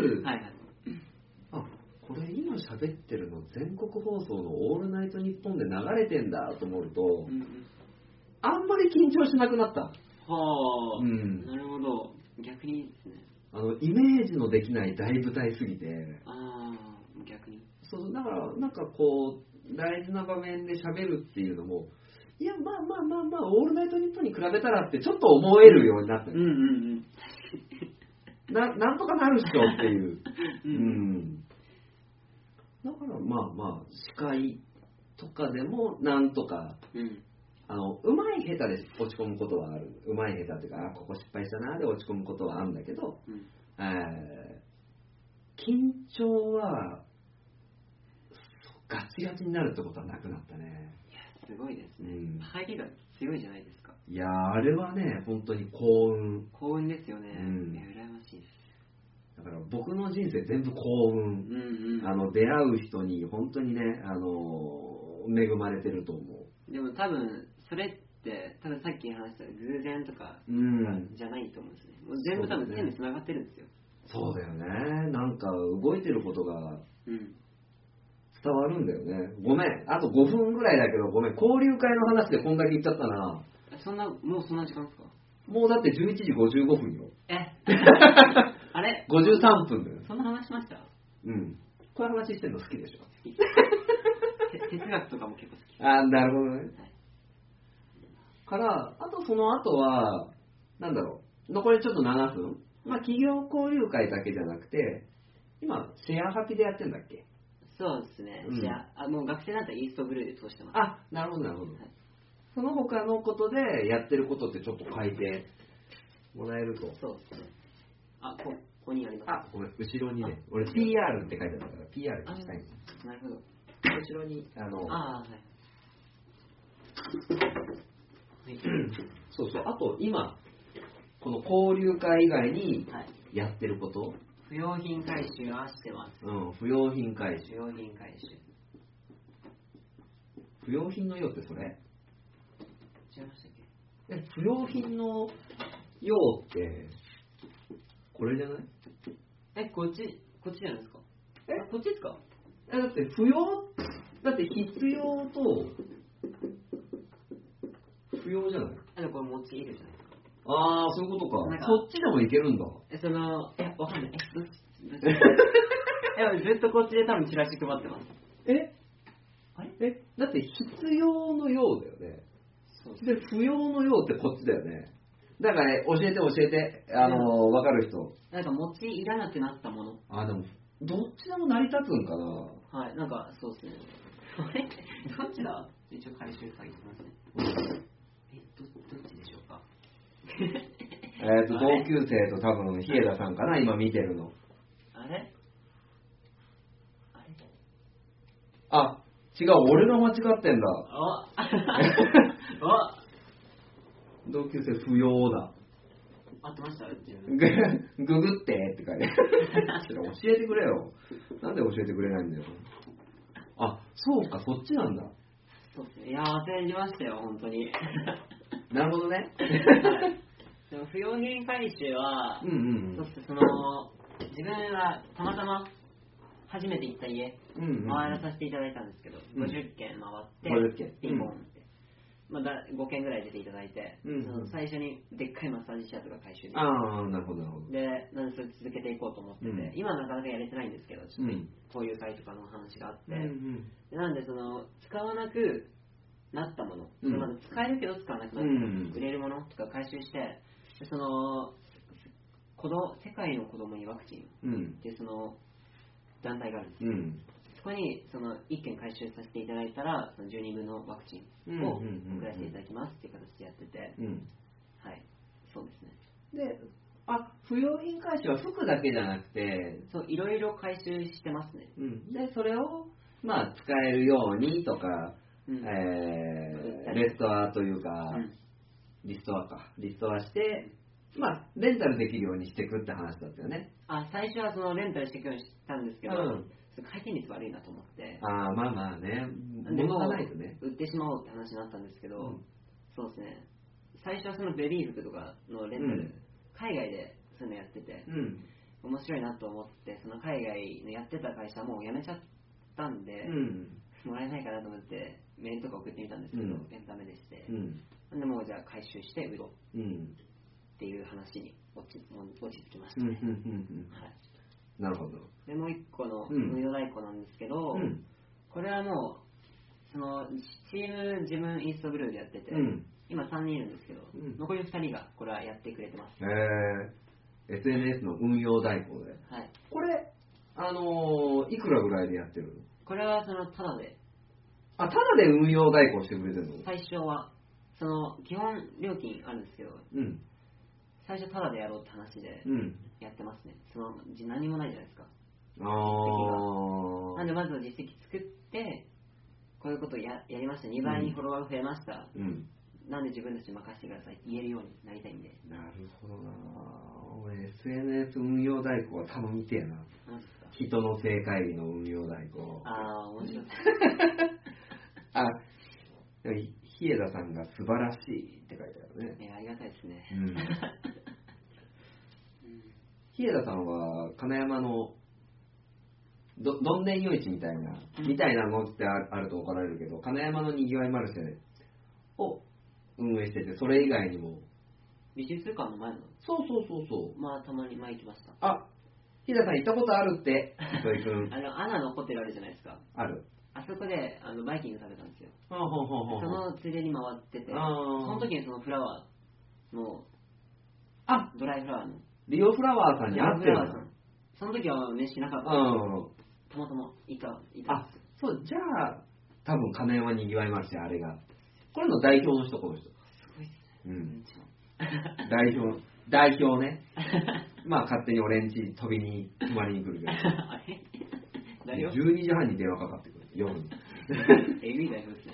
これ今喋ってるの全国放送のオールナイトニッポンで流れてんだと思うと、あんまり緊張しなくなった。 なるほど。逆にいいですね。 イメージのできない大舞台すぎて、 逆にそうだからなんかこう大事な場面で喋るっていうのも、いやまあオールナイトニッポンに比べたらってちょっと思えるようになったなんとかなるっしょっていうだから司会とかでもなんとか、うまい下手で落ち込むことはある。うまい下手っていうか、ここ失敗したなで落ち込むことはあるんだけど、 緊張はガチガチになるってことはなくなったね。 いやすごいですね、入りが強いじゃないですか。 いやあれはね本当に幸運ですよね、羨ましいです。 だから僕の人生全部幸運、出会う人に本当にね、恵まれてると思う。 でも多分それって多分さっき話した偶然とかじゃないと思うんですね。もう全部多分線で繋がってるんですよ。 そうだよね。なんか動いてることが伝わるんだよね。ごめん、あと5分ぐらいだけどごめん、交流会の話でこんだけ言っちゃったな。 もうそんな時間ですか？ もうだって11時55分よ。 あれ 53分だよ。 そんな話しました？ こういう話してるの好きでしょ？好き。 哲学とかも結構好き。 なるほどね。から、あとその後は、なんだろう、残りちょっと7分。企業交流会だけじゃなくて、今、シェアハピでやってんだっけ？ そうですね。もう学生だったらイーストブルーで通してます。 なるほど、なるほど。その他のことでやってることってちょっと書いてもらえると。 そうですね。ここにあります。 ごめん、後ろにね、俺 PR って書いてあるから、PR にしたいんです。 なるほど。 後ろに、 はい。 そう。あと、今、この交流会以外にやってること、 不用品回収はしてます。 不用品回収。不用品の用ってそれ？ 違いましたっけ？ 不用品の用って、これじゃない？ こっちじゃないですか？こっちですか？ だってだって必要と不要じゃない？ これ用いるじゃないですか。 そういうことか。そっちでもいけるんだ。 わかんない。ずっとこっちで多分チラシ配ってます。あれ？ だって必要の用だよね。で、不要の用ってこっちだよね。だから、教えて。わかる人。 なんか用いらなくなったもの。 でも、どっちでも成り立つんかな。 はい、なんかそうですね。どっちだ？一応回収作業しますね。どっちでしょうか？ 同級生と多分日枝さんかな、今見てるの。 あれ違う、俺が間違ってんだ。同級生不要だ。 合ってました？ ググってって書いて教えてくれよ。なんで教えてくれないんだよ。そうか、そっちなんだ。 そうですね。いや、焦りましたよ、本当に。 なるほどね。 でも不用品回収は、自分はたまたま初めて行った家、回らさせていただいたんですけど、50件回って、ピンポンって、5件ぐらい出ていただいて、最初にでっかいマッサージチェアとか回収できて、 なるほど。 で、なんでそれ続けていこうと思ってて、今はなかなかやれてないんですけど、ちょっと交流会とかの話があって、なんで使わなくなったもの、使えるけど使わなくなったもの、売れるものとか回収して、世界の子供にワクチンっていう団体があるんですよ。そこに1件回収させていただいたら、その10人分のワクチンを送らせていただきますっていう形でやってて、はい、そうですね。 で、不用品回収は服だけじゃなくて、 いろいろ回収してますね。 で、それを使えるようにとか、レストアというか、リストアして、レンタルできるようにしていくって話だったよね。 最初はレンタルしていくようにしたんですけど、回転率悪いなと思って。 ね。物がないとね。 売ってしまおうって話になったんですけど、そうですね。最初はベビー服とかのレンタル、海外でそういうのやってて、面白いなと思って、海外のやってた会社もう辞めちゃったんで、もらえないかなと思ってメールとか送ってみたんですけど、ダメでして、でもうじゃあ回収して売ろうっていう話に落ち着きましたね。 なるほど。 でもう一個の無料代行なんですけど、これはもうチーム自分イーストブルーでやってて、今3人いるんですけど、残り2人がこれはやってくれてます。 SNS の運用代行で。これいくらぐらいでやってるの？ これはタダで。 タダで運用代行してくれてるの？ 最初は基本料金あるんですけど、 最初タダでやろうって話でやってますね。何もないじゃないですか。なんでまず実績作って、こういうことを やりました。2倍にフォロワーが増えました。なんで自分たちに任せてくださいって言えるようになりたいんで。 なるほどな。俺 SNS 運用代行は頼みてえな。人の正会議の運用代行。 面白い。 でも日枝さんが素晴らしいって書いてあるね。 ありがたいですね。 日枝さんは金山のどんでん夜市みたいなのってあると怒られるけど、金山のにぎわいマルシェを運営してて、それ以外にも美術館の前の。 そう。 まあたまに前行きました。 日田さん行ったことあるって、糸井くん。 アナのホテルあるじゃないですか。 ある。 あそこでバイキング食べたんですよ。 そのついでに回ってて、その時にそのフラワーのドライフラワーのリオフラワーさんに会ってる。 その時は飯しなかったんですけど、たまたまいた。 そう、じゃあ多分金山にぎわいましたよ、あれが。これの代表の人、この人。すごいっすね。 代表ね。まあ勝手に俺ん家飛びに泊まりに来るけど。12時半に電話かかってくる。夜に。 えぐい代表ですね。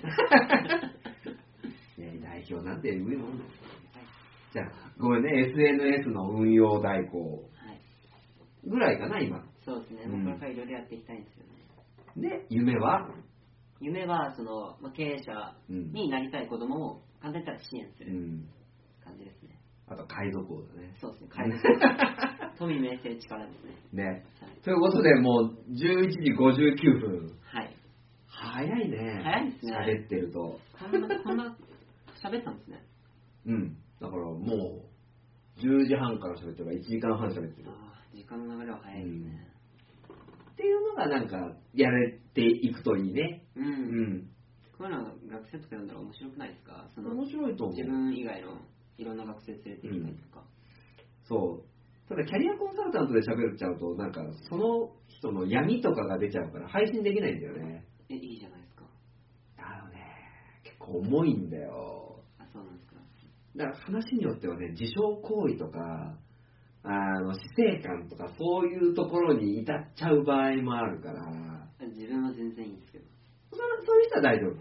代表なんてえぐいもんだよ。じゃあごめんね、SNS の運用代行ぐらいかな今。 そうですね。これからいろいろやっていきたいんですよね。で、夢は経営者になりたい子供を簡単に言ったら支援する感じですね。 あと海賊王だね。 そうですね。海賊王。富名声力ですね。 ね。ということでもう11時59分。 はい。 早いね。 早いですね。 喋ってると。 こんな喋ったんですね。 だからもう10時半から喋ってるから1時間半喋ってる。 時間の流れは早いですね。 っていうのがなんかやれていくといいね。 こういうの学生とか読んだら面白くないですか？ 面白いと思う。 自分以外のいろんな学生連れて行きたりとか。 そう。ただキャリアコンサルタントで喋っちゃうとなんかその人の闇とかが出ちゃうから配信できないんだよね。 いいじゃないですか。 結構重いんだよ。 そうなんですか。 だから話によってはね、自傷行為とか死生観とかそういうところに至っちゃう場合もあるから。 自分は全然いいんですけど。 そういう人は大丈夫。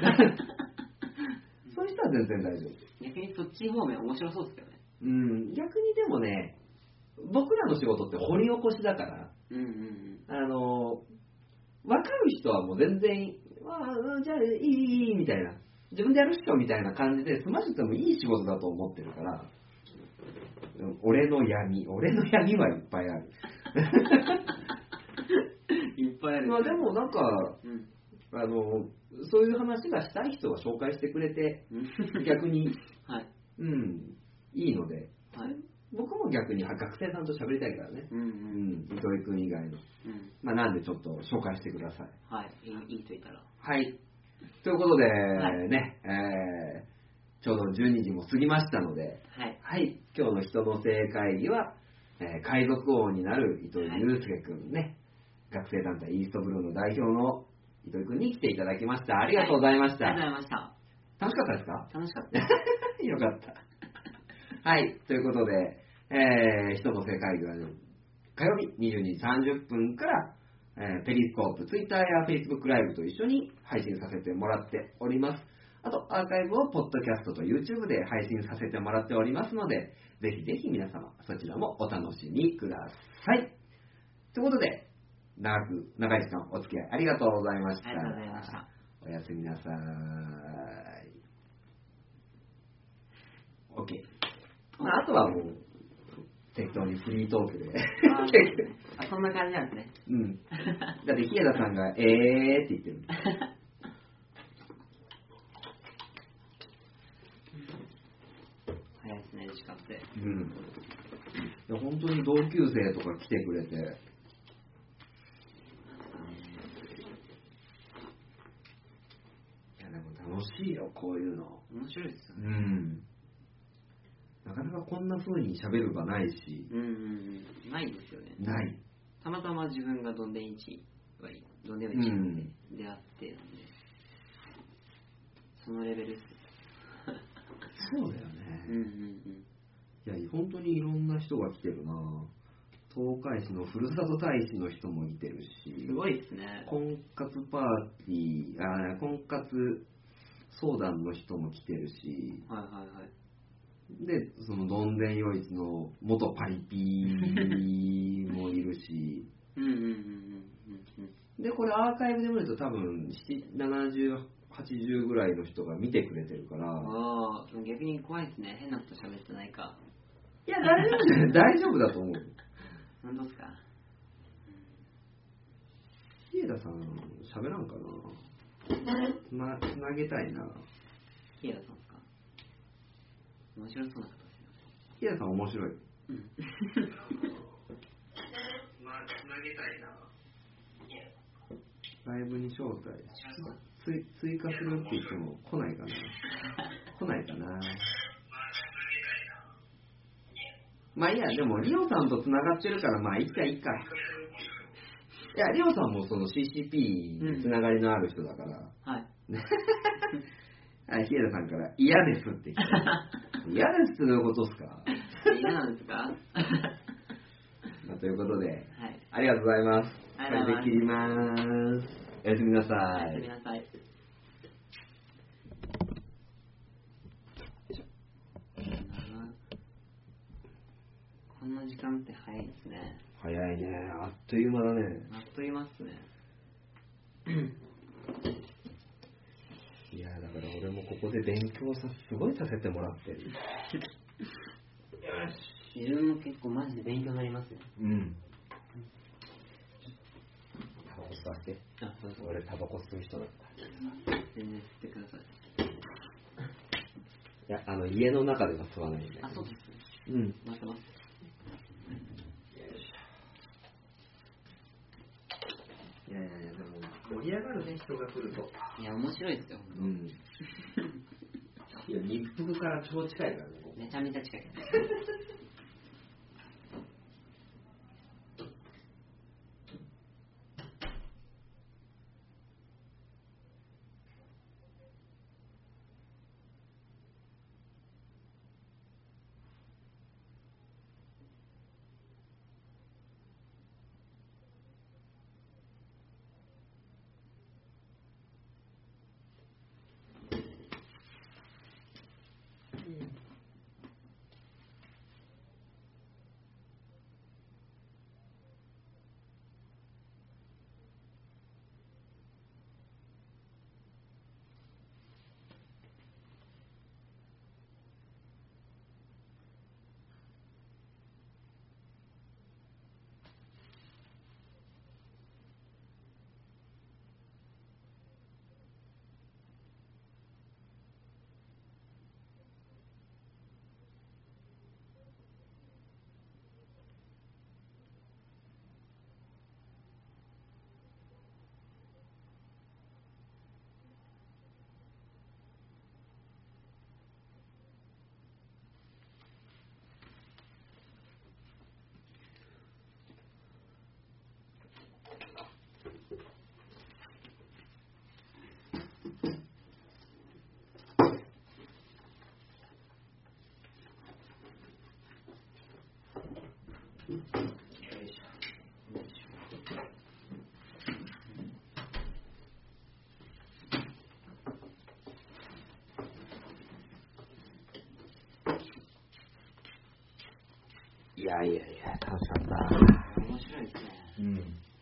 そういう人は全然大丈夫。 逆にそっち方面面白そうですけどね。 逆にでもね、僕らの仕事って掘り起こしだから、分かる人はもう全然、じゃあいいみたいな、自分でやるっしょみたいな感じで済ませてもいい仕事だと思ってるから、俺の闇はいっぱいある。 いっぱいある。 でもなんか、そういう話がしたい人は紹介してくれて、逆に、いいので、僕も逆に学生さんと喋りたいからね。糸井君以外の。なんでちょっと紹介してください。 はい、いい人いたら。 はい。ということで、ね、ちょうど12時も過ぎましたので、今日の人の正会議は、海賊王になる糸井祐介君ね、学生団体イーストブルーの代表の糸井君に来ていただきました。ありがとうございました。 ありがとうございました。 楽しかったですか？ 楽しかった。 よかった。はい、ということで、人の正会議は、火曜日22時30分から、ペリスコープ、Twitter や Facebook ライブと一緒に配信させてもらっております。あと、アーカイブをポッドキャストと YouTube で配信させてもらっておりますので、ぜひぜひ皆様、そちらもお楽しみください。ということで、長い時間お付き合いありがとうございました。 ありがとうございました。 おやすみなさい。OK。あとはもう、適当にフリートークで。 そんな感じなんですね。 だって、日枝さんが、って言ってる。 早いですね、時間って。 いや本当に同級生とか来てくれて。いや、でも楽しいよ、こういうの。 面白いですよね。 なかなかこんな風に喋る場ないし。 ないですよね。 ない。 たまたま自分がどんでん市で出会ってるんで、そのレベルです。 そうだよね。 いや、本当にいろんな人が来てるな。東海市のふるさと大使の人もいてるし、 すごいですね。 婚活パーティー、婚活相談の人も来てるし、 はいはいはい。 で、そのどんでんよいつの元パリピもいるし、で、これアーカイブで見ると多分70、80ぐらいの人が見てくれてるから。 ああ、逆に怖いですね。変なこと喋ってないか。 いや、大丈夫だよ。大丈夫だと思う。 本当ですか。 日枝さん、喋らんかな。つなげたいな。 日枝さんですか。面白そうな方ですよね。 日枝さん面白い。 うん。 つなげたいな。ライブに招待。追加するって言っても来ないかな。来ないかな。まあいいや、でもリオさんとつながってるからまあいいか。いや、リオさんもその CCP につながりのある人だから。 はい。 はい、日枝さんから嫌ですって来て。嫌ですってどういうことですか？ 嫌なんですか？ まあ、ということで、 はい、 ありがとうございます。 これで切ります。おやすみなさい。 おやすみなさい。こんな時間って早いですね。 早いね。あっという間だね。 あっという間っすね。 いや、だから俺もここで勉強すごいさせてもらってる。よし。自分も結構マジで勉強になりますよ。 うん。タバコ吸わせて。 あ、そうそう。 俺タバコ吸う人だった。 全然吸ってください。 いや、家の中では吸わないんだけど。 あ、そうですね。 うん。 待ってます。 いや、でも盛り上がるね、人が来ると。 いや、面白いですよ、 うん。いや、日福から超近いからね。 めちゃめちゃ近い。 いや、楽しかった。 面白いですね。 うん。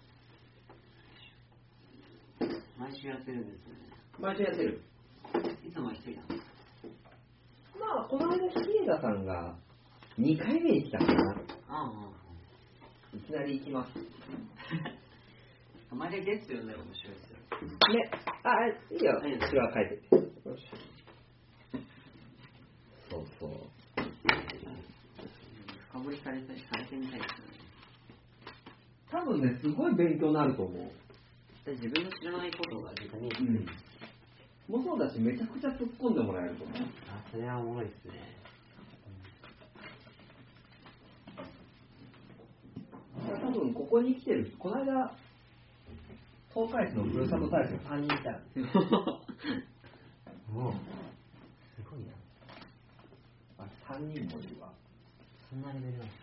毎週やってるんですね。 毎週やってる。 いつも一人なんですか？ まあ、この間、日枝さんが2回目に来たかな。いきなり行きます。 毎回ゲスト呼んだら面白いですよ。 ね。いいよ。後ろは書いてて。よし。そう。 深掘りされてみたいですよね。 多分ね、すごい勉強になると思う。 自分の知らないことが逆に、 もそうだし、めちゃくちゃ突っ込んでもらえると思う。 それはおもろいですね。 多分ここに来てる人、この間、東海市のふるさと大使が3人いたよ。もう、すごいな。3人もいるわ。 そんなレベルなんです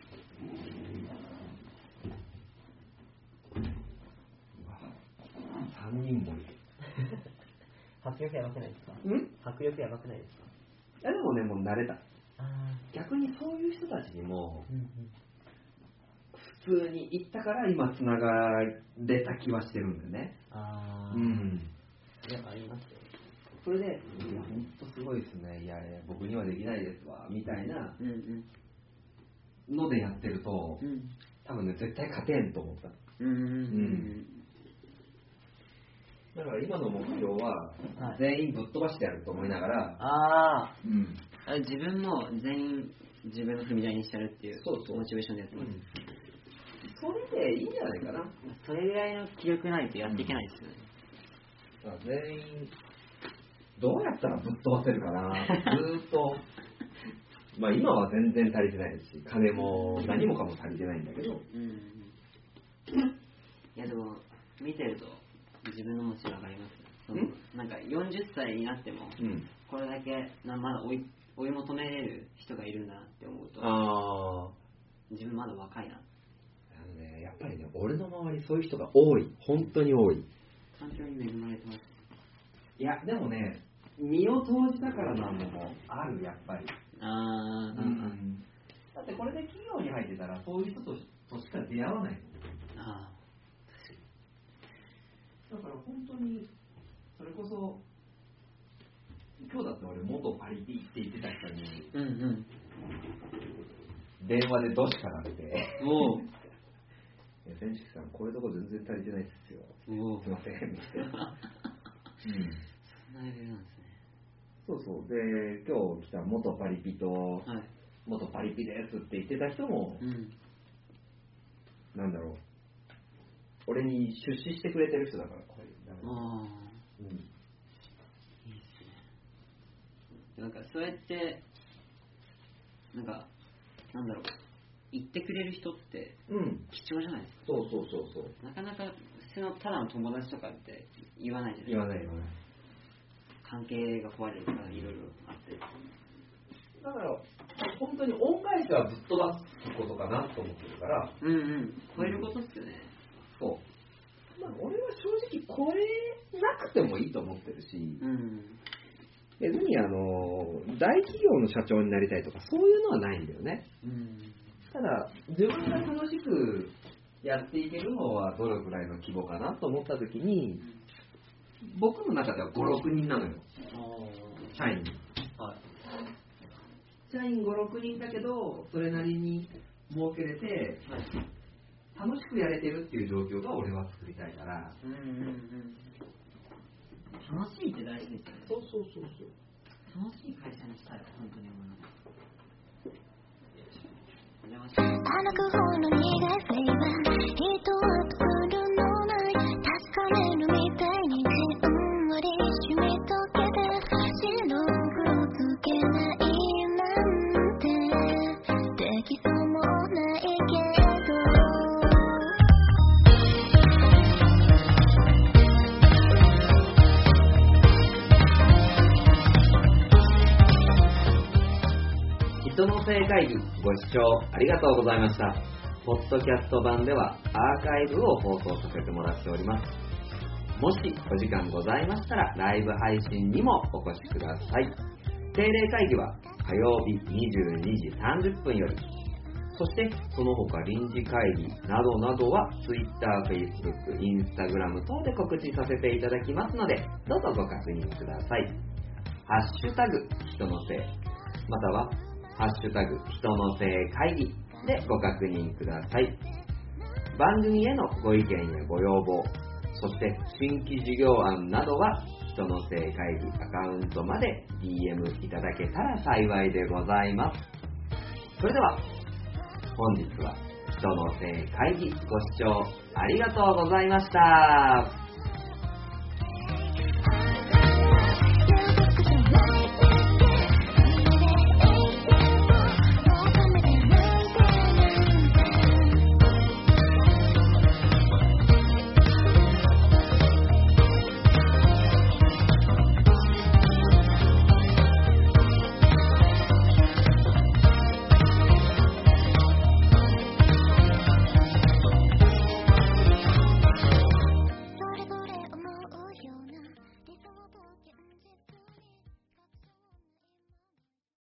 ね。3人もいる。 迫力やばくないですか？迫力やばくないですか？ いやでもね、もう慣れた。逆にそういう人たちにも、普通に行ったから今つながれた気はしてるんでね。 やっぱありますよ。 それで、いや、ほんとすごいですね。いやいや、僕にはできないですわ、みたいなのでやってると、多分ね、絶対勝てんと思った。だから今の目標は、全員ぶっ飛ばしてやると思いながら、 自分も全員自分の踏み台にしてやるっていうモチベーションでやってます。 それでいいんじゃないかな。 それぐらいの気力ないとやっていけないですよね。 全員どうやったらぶっ飛ばせるかな。ずっとまあ今は全然足りてないですし、金も何もかも足りてないんだけど、いやでも見てると自分の持ち上がりますね。なんか40歳になっても、これだけまだ追い求めれる人がいるんだなって思うと、自分まだ若いな。 やっぱりね、俺の周りそういう人が多い。本当に多い。 環境に恵まれてます。 いや、でもね、身を投じたからなのもある、やっぱり。だってこれで企業に入ってたら、そういう人としか出会わないもん。だから本当に、それこそ、今日だって俺、元パリピって言ってた人に、電話でどしからって、千式さん、こういうとこ全然足りてないですよ。すいません、みたいな。 そんなレベルなんですね。 そうそう。で、今日来た元パリピと、元パリピですって言ってた人も、なんだろう、俺に出資してくれてる人だから、これ。 いいですね。なんかそうやって、なんだろう、言ってくれる人って貴重じゃないですか。 そう。 なかなか普通のただの友達とかって言わないじゃないですか。言わない。関係が壊れるからいろいろあって。 だから本当に恩返しはぶっ飛ばすことかなと思ってるから。 超えることっすよね。 そう。まあ俺は正直超えなくてもいいと思ってるし。別に大企業の社長になりたいとかそういうのはないんだよね。ただ自分が楽しくやっていけるのはどれくらいの規模かなと思った時に、僕の中では 5,6 人なのよ。社員。社員 5,6 人だけどそれなりに設けれて、楽しくやれてるっていう状況が俺は作りたいから。 楽しいって大事ですよね。 そう。 楽しい会社にしたい、本当に思います。 あの苦報の苦いフレーバー、人は作るのない、確かめるみたいにじんわり染み溶けて、白黒つけないなんてできそうもないけど、 人の正会議ご視聴ありがとうございました。ポッドキャスト版ではアーカイブを放送させてもらっております。もしお時間ございましたらライブ配信にもお越しください。定例会議は火曜日22時30分より、そしてその他臨時会議などなどは Twitter、Facebook、Instagram 等で告知させていただきますので、どうぞご確認ください。ハッシュタグ人のせい、またはハッシュタグ人のせい会議でご確認ください。番組へのご意見やご要望、そして新規事業案などは人のせい会議アカウントまで DM いただけたら幸いでございます。それでは本日は人のせい会議ご視聴ありがとうございました。